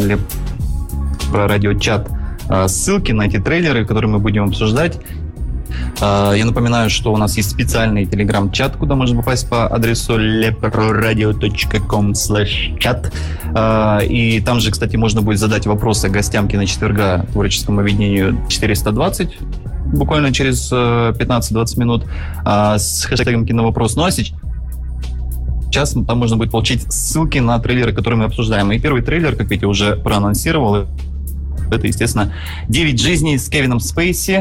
радиочат ссылки на эти трейлеры, которые мы будем обсуждать. Я напоминаю, что у нас есть специальный телеграм-чат, куда можно попасть по адресу leproradio.com/чат. И там же, кстати, можно будет задать вопросы гостям киночетверга творческому объединению 420 буквально через 15-20 минут с хэштегом «Киновопрос». Ну а сейчас там можно будет получить ссылки на трейлеры, которые мы обсуждаем. И первый трейлер, как видите, уже проанонсировал. Это, естественно, «9 жизней» с Кевином Спейси.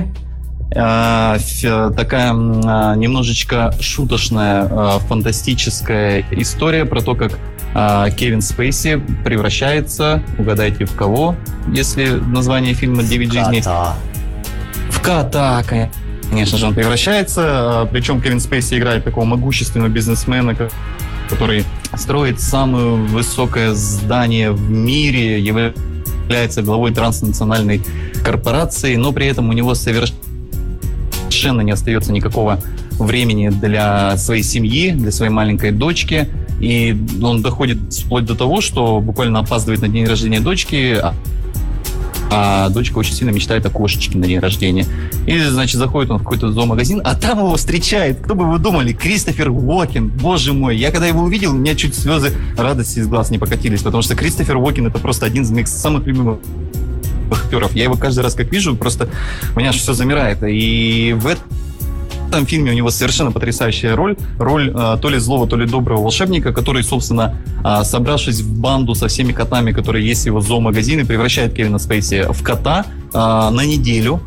Такая немножечко шуточная, фантастическая история про то, как Кевин Спейси превращается, угадайте в кого, если название фильма «9 жизней». В кота, конечно же, он превращается. Причем Кевин Спейси играет такого могущественного бизнесмена, который строит самое высокое здание в мире, является главой транснациональной корпорации, но при этом у него совершенно не остается никакого времени для своей семьи, для своей маленькой дочки. И он доходит вплоть до того, что буквально опаздывает на день рождения дочки, а дочка очень сильно мечтает о кошечке на день рождения. И, значит, заходит он в какой-то зоомагазин, а там его встречает, кто бы вы думали, Кристофер Уокен. Боже мой, я когда его увидел, у меня чуть слезы радости из глаз не покатились, потому что Кристофер Уокен — это просто один из моих самых любимых актеров. Я его каждый раз как вижу, просто у меня аж все замирает. И в этом фильме у него совершенно потрясающая роль то ли злого, то ли доброго волшебника, который, собственно, собравшись в банду со всеми котами, которые есть в его зоомагазине, превращает Кевина Спейси в кота на неделю,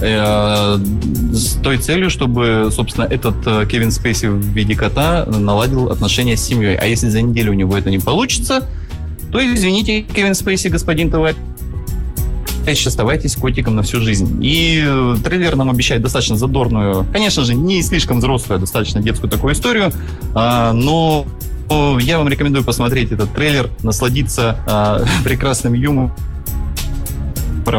с той целью, чтобы, собственно, этот Кевин Спейси в виде кота наладил отношения с семьей. А если за неделю у него это не получится, то, извините, Кевин Спейси, господин товарищ, оставайтесь котиком на всю жизнь. И трейлер нам обещает достаточно задорную, конечно же, не слишком взрослую, а достаточно детскую такую историю, но я вам рекомендую посмотреть этот трейлер, насладиться прекрасным юмором,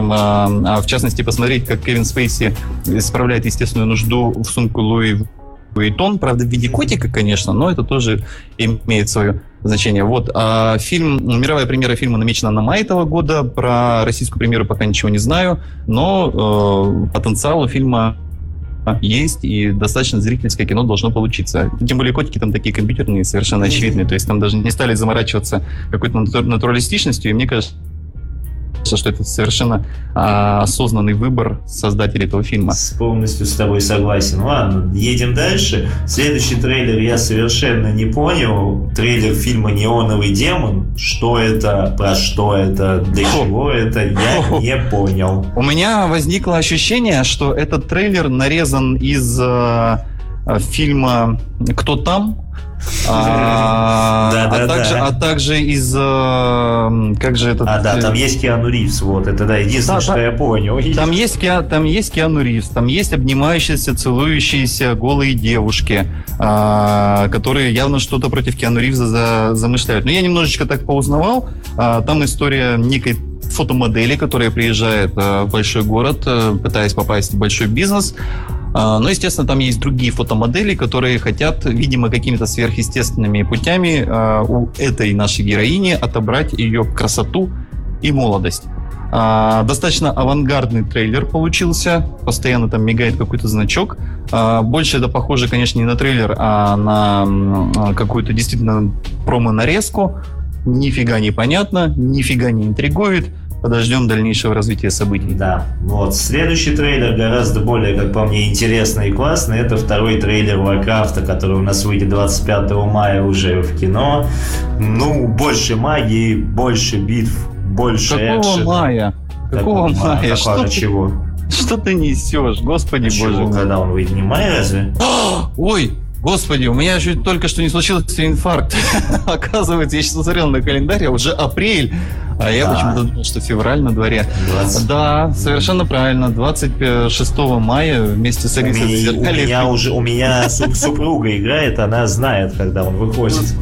в частности, посмотреть, как Кевин Спейси исправляет естественную нужду в сумку Луи и тон, правда, в виде котика, конечно, но это тоже имеет свое значение. Вот. А мировая премьера фильма намечена на май этого года. Про российскую премьеру пока ничего не знаю, но потенциал у фильма есть, и достаточно зрительское кино должно получиться. Тем более котики там такие компьютерные, совершенно очевидные, то есть там даже не стали заморачиваться какой-то натуралистичностью, и мне кажется, что это совершенно осознанный выбор создателей этого фильма. Полностью с тобой согласен. Ладно, едем дальше. Следующий трейлер я совершенно не понял. Трейлер фильма «Неоновый демон». Что это, про что это, для чего это, я не понял. У меня возникло ощущение, что этот трейлер нарезан из фильма «Кто там?», а также из... Как же это... там есть Киану Ривз, вот, это единственное, что я понял. Там есть Киану Ривз, там есть обнимающиеся, целующиеся голые девушки, которые явно что-то против Киану Ривза замышляют. Но я немножечко так поузнавал, там история некой фотомодели, которая приезжает в большой город, пытаясь попасть в большой бизнес. Но, естественно, там есть другие фотомодели, которые хотят, видимо, какими-то сверхъестественными путями у этой нашей героини отобрать ее красоту и молодость. Достаточно авангардный трейлер получился. Постоянно там мигает какой-то значок. Больше это похоже, конечно, не на трейлер, а на какую-то действительно промо-нарезку. Нифига не понятно, нифига не интригует. Подождем дальнейшего развития событий. Да, вот. Следующий трейлер гораздо более, как по мне, интересный и классный. Это второй трейлер Warcraft, который у нас выйдет 25 мая уже в кино. Ну, больше магии, больше битв, больше экшена. Какого мая? Чего? Что ты несешь? Господи боже. Когда он выйдет? Не май разве? Ой! Господи, у меня чуть только что не случился инфаркт. Оказывается, я сейчас смотрел на календарь, уже апрель, а я почему-то думал, что февраль на дворе. 20. Да, совершенно правильно. 26 мая вместе с Алисой Зеркальной. У меня супруга играет, она знает, когда он выходит.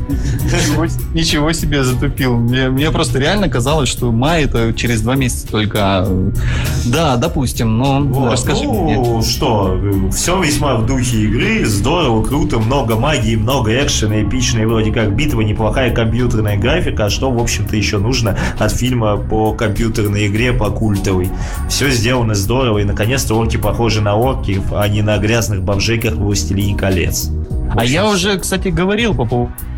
Ничего себе, затупил. Мне просто реально казалось, что май это через 2 месяца только. Да, допустим, но расскажи мне. Ну что, все весьма в духе игры, здорово, круто. Много магии, много экшена, эпичной вроде как битва, неплохая компьютерная графика, а что, в общем-то, еще нужно от фильма по компьютерной игре, по культовой. Все сделано здорово, и, наконец-то, орки похожи на орки, а не на грязных бомжей, как в «Властелине колец». А я уже, кстати, говорил по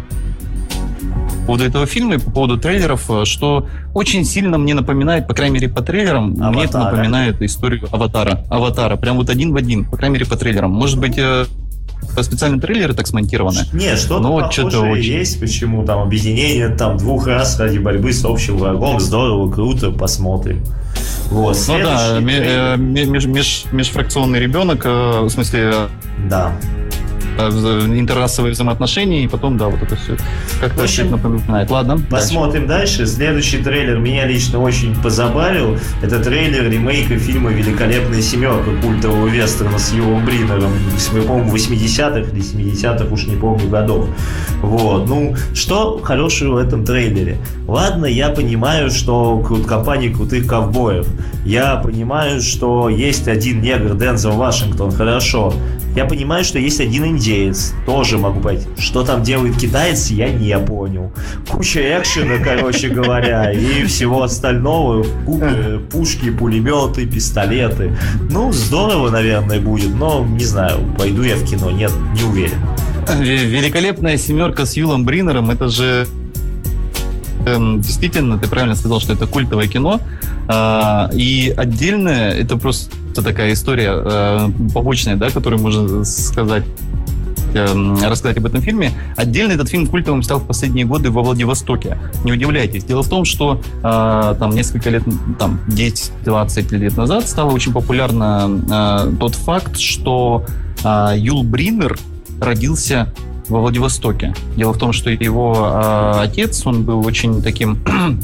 поводу этого фильма и по поводу трейлеров, что очень сильно мне напоминает, по крайней мере, по трейлерам, мне это напоминает историю Аватара. Прям вот один в один, по крайней мере, по трейлерам. Может быть, специальные трейлеры так смонтированы. Нет, что-то похожее есть. Почему? Там объединение 2 рас ради борьбы с общим врагом. Здорово, круто, посмотрим. Вот. Ну да, межфракционный ребенок, в смысле... Да. Интеррасовые взаимоотношения, и потом, да, вот это все как-то напоминает. Ладно, посмотрим дальше. Следующий трейлер меня лично очень позабавил. Это трейлер ремейка фильма «Великолепная семерка» культового вестерна с Юлом Бринером, по-моему, 80-х или 70-х, уж не помню, годов. Вот. Ну, что хорошего в этом трейлере? Ладно, я понимаю, что компания крутых ковбоев. Я понимаю, что есть один негр, Дензел Вашингтон, хорошо. Я понимаю, что есть один индеец, тоже могу понять. Что там делает китаец, я не понял. Куча экшена, короче говоря, и всего остального. Пушки, пулеметы, пистолеты. Ну, здорово, наверное, будет, но не знаю, пойду я в кино, нет, не уверен. «Великолепная семерка» с Юлом Бринером, это же... Действительно, ты правильно сказал, что это культовое кино. И отдельное, это просто такая история побочная, да, которую можно сказать, рассказать об этом фильме. Отдельно этот фильм культовым стал в последние годы во Владивостоке. Не удивляйтесь. Дело в том, что там несколько лет, там 10-20 лет назад стало очень популярно тот факт, что Юл Бринер родился во Владивостоке. Дело в том, что его отец, он был очень таким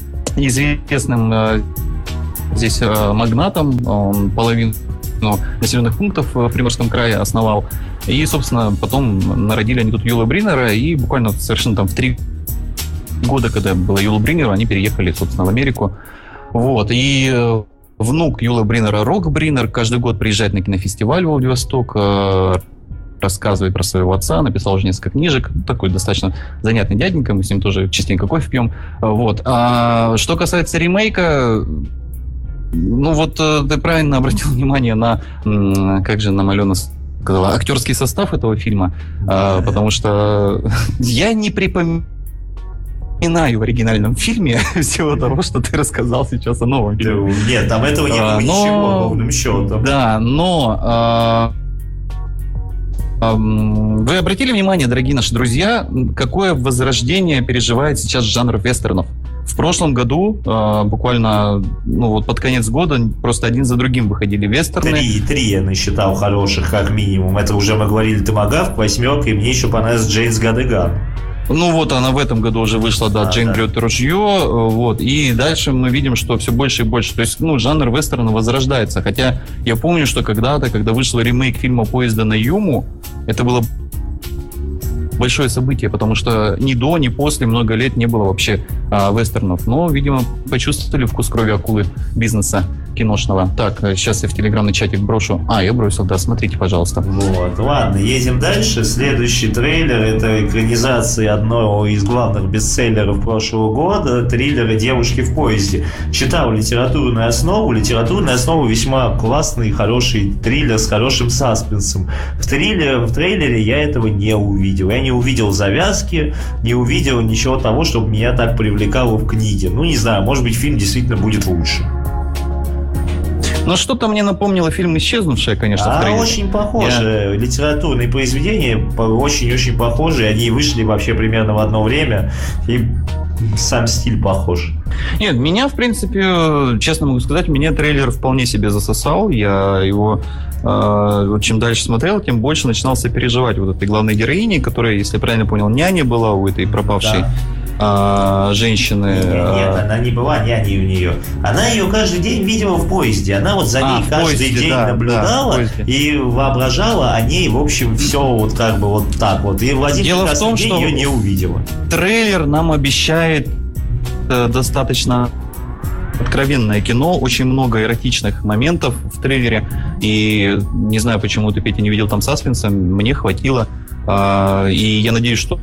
известным здесь магнатом, он половину населенных пунктов в Приморском крае основал. И, собственно, потом народили они тут Юла Бринера, и буквально совершенно там в 3 года, когда было Юла Бринера, они переехали, собственно, в Америку. Вот. И внук Юла Бринера, Рок Бринер, каждый год приезжает на кинофестиваль в Владивосток, рассказывает про своего отца, написал уже несколько книжек, такой достаточно занятный дяденька, мы с ним тоже частенько кофе пьем. Вот. А что касается ремейка, ну вот ты правильно обратил внимание на, как же нам Алена сказала, актерский состав этого фильма, потому что я не припоминаю в оригинальном фильме всего того, что ты рассказал сейчас о новом фильме. Нет, там этого не было ничего, ровным счетом. Да, но вы обратили внимание, дорогие наши друзья, какое возрождение переживает сейчас жанр вестернов? В прошлом году, буквально вот под конец года, просто один за другим выходили вестерны. Три я насчитал хороших, как минимум. Это уже мы говорили «Томагавк», «Восьмерка», и мне еще понравилась «Джейнс Гадеган». Ну вот она в этом году уже вышла, да, «Джейн берет ружье», вот, и дальше мы видим, что все больше и больше, то есть, жанр вестерна возрождается, хотя я помню, что когда-то, когда вышел ремейк фильма «Поезда на Юму», это было большое событие, потому что ни до, ни после много лет не было вообще вестернов, но, видимо, почувствовали вкус крови акулы бизнеса киношного. Так, сейчас я в телеграмный чатик брошу. Я бросил, да, смотрите, пожалуйста. Вот, ладно, едем дальше. Следующий трейлер — это экранизация одного из главных бестселлеров прошлого года, триллера «Девушки в поезде». Читал литературную основу. Литературная основа весьма классный, хороший триллер с хорошим саспенсом. В трейлере я этого не увидел. Я не увидел завязки, не увидел ничего того, чтобы меня так привлекало в книге. Ну, не знаю, может быть, фильм действительно будет лучше. Но что-то мне напомнило фильм «Исчезнувшая», конечно, в трейлере. Очень похожи. Литературные произведения очень-очень похожи. Они вышли вообще примерно в одно время. И сам стиль похож. Нет, меня, в принципе, честно могу сказать, меня трейлер вполне себе засосал. Я его чем дальше смотрел, тем больше начинал сопереживать вот этой главной героине, которая, если я правильно понял, няня была у этой пропавшей женщины. Нет, она не была няней у нее. Она ее каждый день видела в поезде. Она вот за ней каждый день наблюдала и воображала о ней, в общем, все вот как бы вот так вот. И в один прекрасный день ее не увидела. Трейлер нам обещает достаточно откровенное кино, очень много эротичных моментов в трейлере, и не знаю, почему ты, Петя, не видел там саспенса, мне хватило, и я надеюсь, что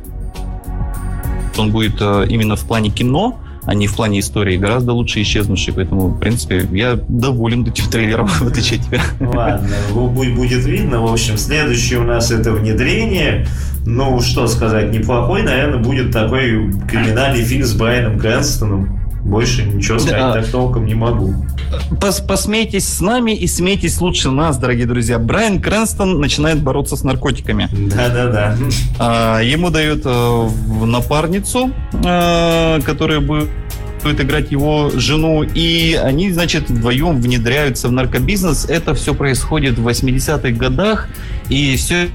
он будет именно в плане кино, а не в плане истории, гораздо лучше «Исчезнувший», поэтому, в принципе, я доволен этим трейлером, в отличие от тебя. Ладно, будет видно. В общем, следующее у нас это «Внедрение». Ну, что сказать, неплохой, наверное, будет такой криминальный фильм с Брайаном Крэнстоном. Больше ничего сказать так толком не могу. Посмейтесь с нами и смейтесь лучше нас, дорогие друзья. Брайан Крэнстон начинает бороться с наркотиками. Да-да-да. Ему дают напарницу, которая будет играть его жену, и они, значит, вдвоем внедряются в наркобизнес. Это все происходит в 80-х годах, и все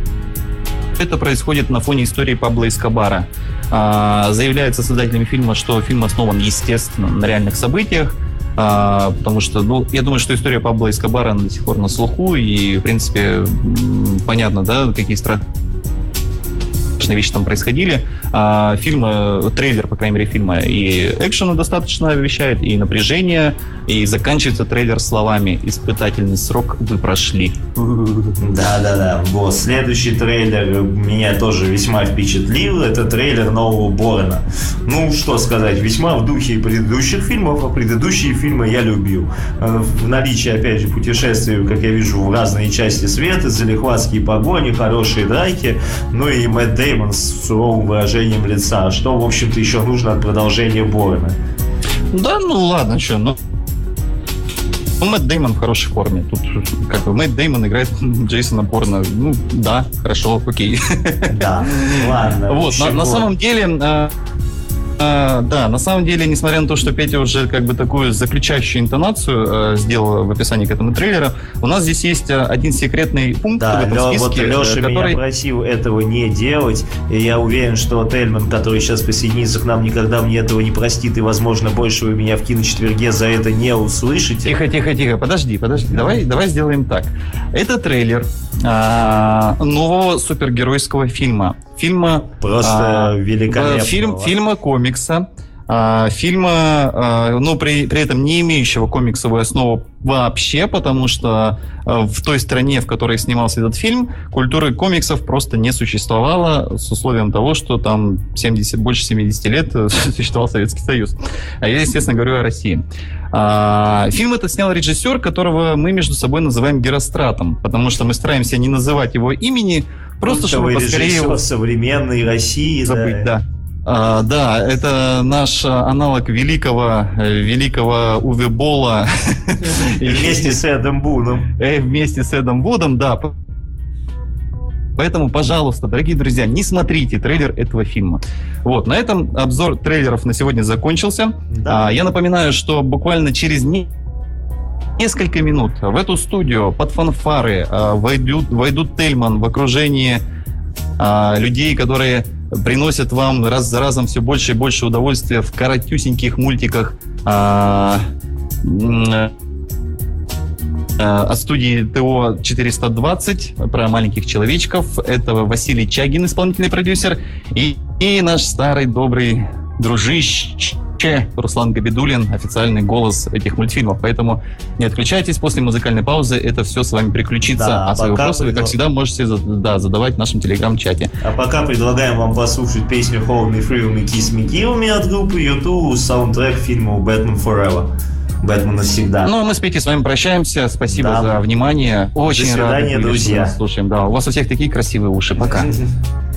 это происходит на фоне истории Пабло Эскобара. Заявляется создателями фильма, что фильм основан, естественно, на реальных событиях, потому что, я думаю, что история Пабло Эскобара до сих пор на слуху, и, в принципе, понятно, да, какие страшные вещи там происходили. Трейлер, по крайней мере, фильма и экшена достаточно вещает, и напряжение, и заканчивается трейлер словами: «Испытательный срок вы прошли». Да-да-да. Вот. Следующий трейлер меня тоже весьма впечатлил. Это трейлер нового Борна. Ну, что сказать, весьма в духе предыдущих фильмов, а предыдущие фильмы я любил. В наличии, опять же, путешествий, как я вижу, в разные части света, залихватские погони, хорошие драки, ну и Мэтт Дэймон с суровым выражением лица, что, в общем-то, еще нужно от продолжения Борна. Да, ну ладно, что, Мэтт Дэймон в хорошей форме. Тут как бы Мэтт Дэймон играет Джейсона Борна. Ну, да, хорошо, окей. Да, ладно. Вот, на самом деле... Да, на самом деле, несмотря на то, что Петя уже как бы такую заключающую интонацию сделал в описании к этому трейлеру, у нас здесь есть один секретный пункт в этом списке. Вот Леша меня просил этого не делать, и я уверен, что Тельман, который сейчас присоединится к нам, никогда мне этого не простит, и, возможно, больше вы меня в киночетверге за это не услышите. Тихо, подожди. Давай сделаем так. Это трейлер нового супергеройского фильма. Просто великолепного. Фильма комикса фильма, но при этом не имеющего комиксовую основу вообще, потому что в той стране, в которой снимался этот фильм, культуры комиксов просто не существовало, с условием того, что там больше 70 лет существовал Советский Союз. А я, естественно, говорю о России. Фильм этот снял режиссер, которого мы между собой называем Геростратом, потому что мы стараемся не называть его имени, просто чтобы поскорее его современной России забыть, да. Да, это наш аналог великого Уве Болла. Вместе с Эдом Вудом. Вместе с Эдом Вудом, да. Поэтому, пожалуйста, дорогие друзья, не смотрите трейлер этого фильма. Вот, на этом обзор трейлеров на сегодня закончился. Да. Я напоминаю, что буквально через несколько минут в эту студию под фанфары войдут Тельман в окружении людей, которые приносят вам раз за разом все больше и больше удовольствия в коротюсеньких мультиках от студии ТО-420 про маленьких человечков. Это Василий Чагин, исполнительный продюсер, и наш старый добрый дружище Руслан Габидуллин, официальный голос этих мультфильмов. Поэтому не отключайтесь, после музыкальной паузы это все с вами приключится. Да, свои вопросы вы, как всегда, можете задавать в нашем телеграм-чате. А пока предлагаем вам послушать песню Hold Me Thrill Me Kiss Me Kill Me от группы U2, саундтрек фильму Batman Forever. Бэтмен навсегда. Ну, мы с Петей с вами прощаемся. Спасибо за внимание. Очень рады, друзья. Слушаем. Да, у вас у всех такие красивые уши. Пока.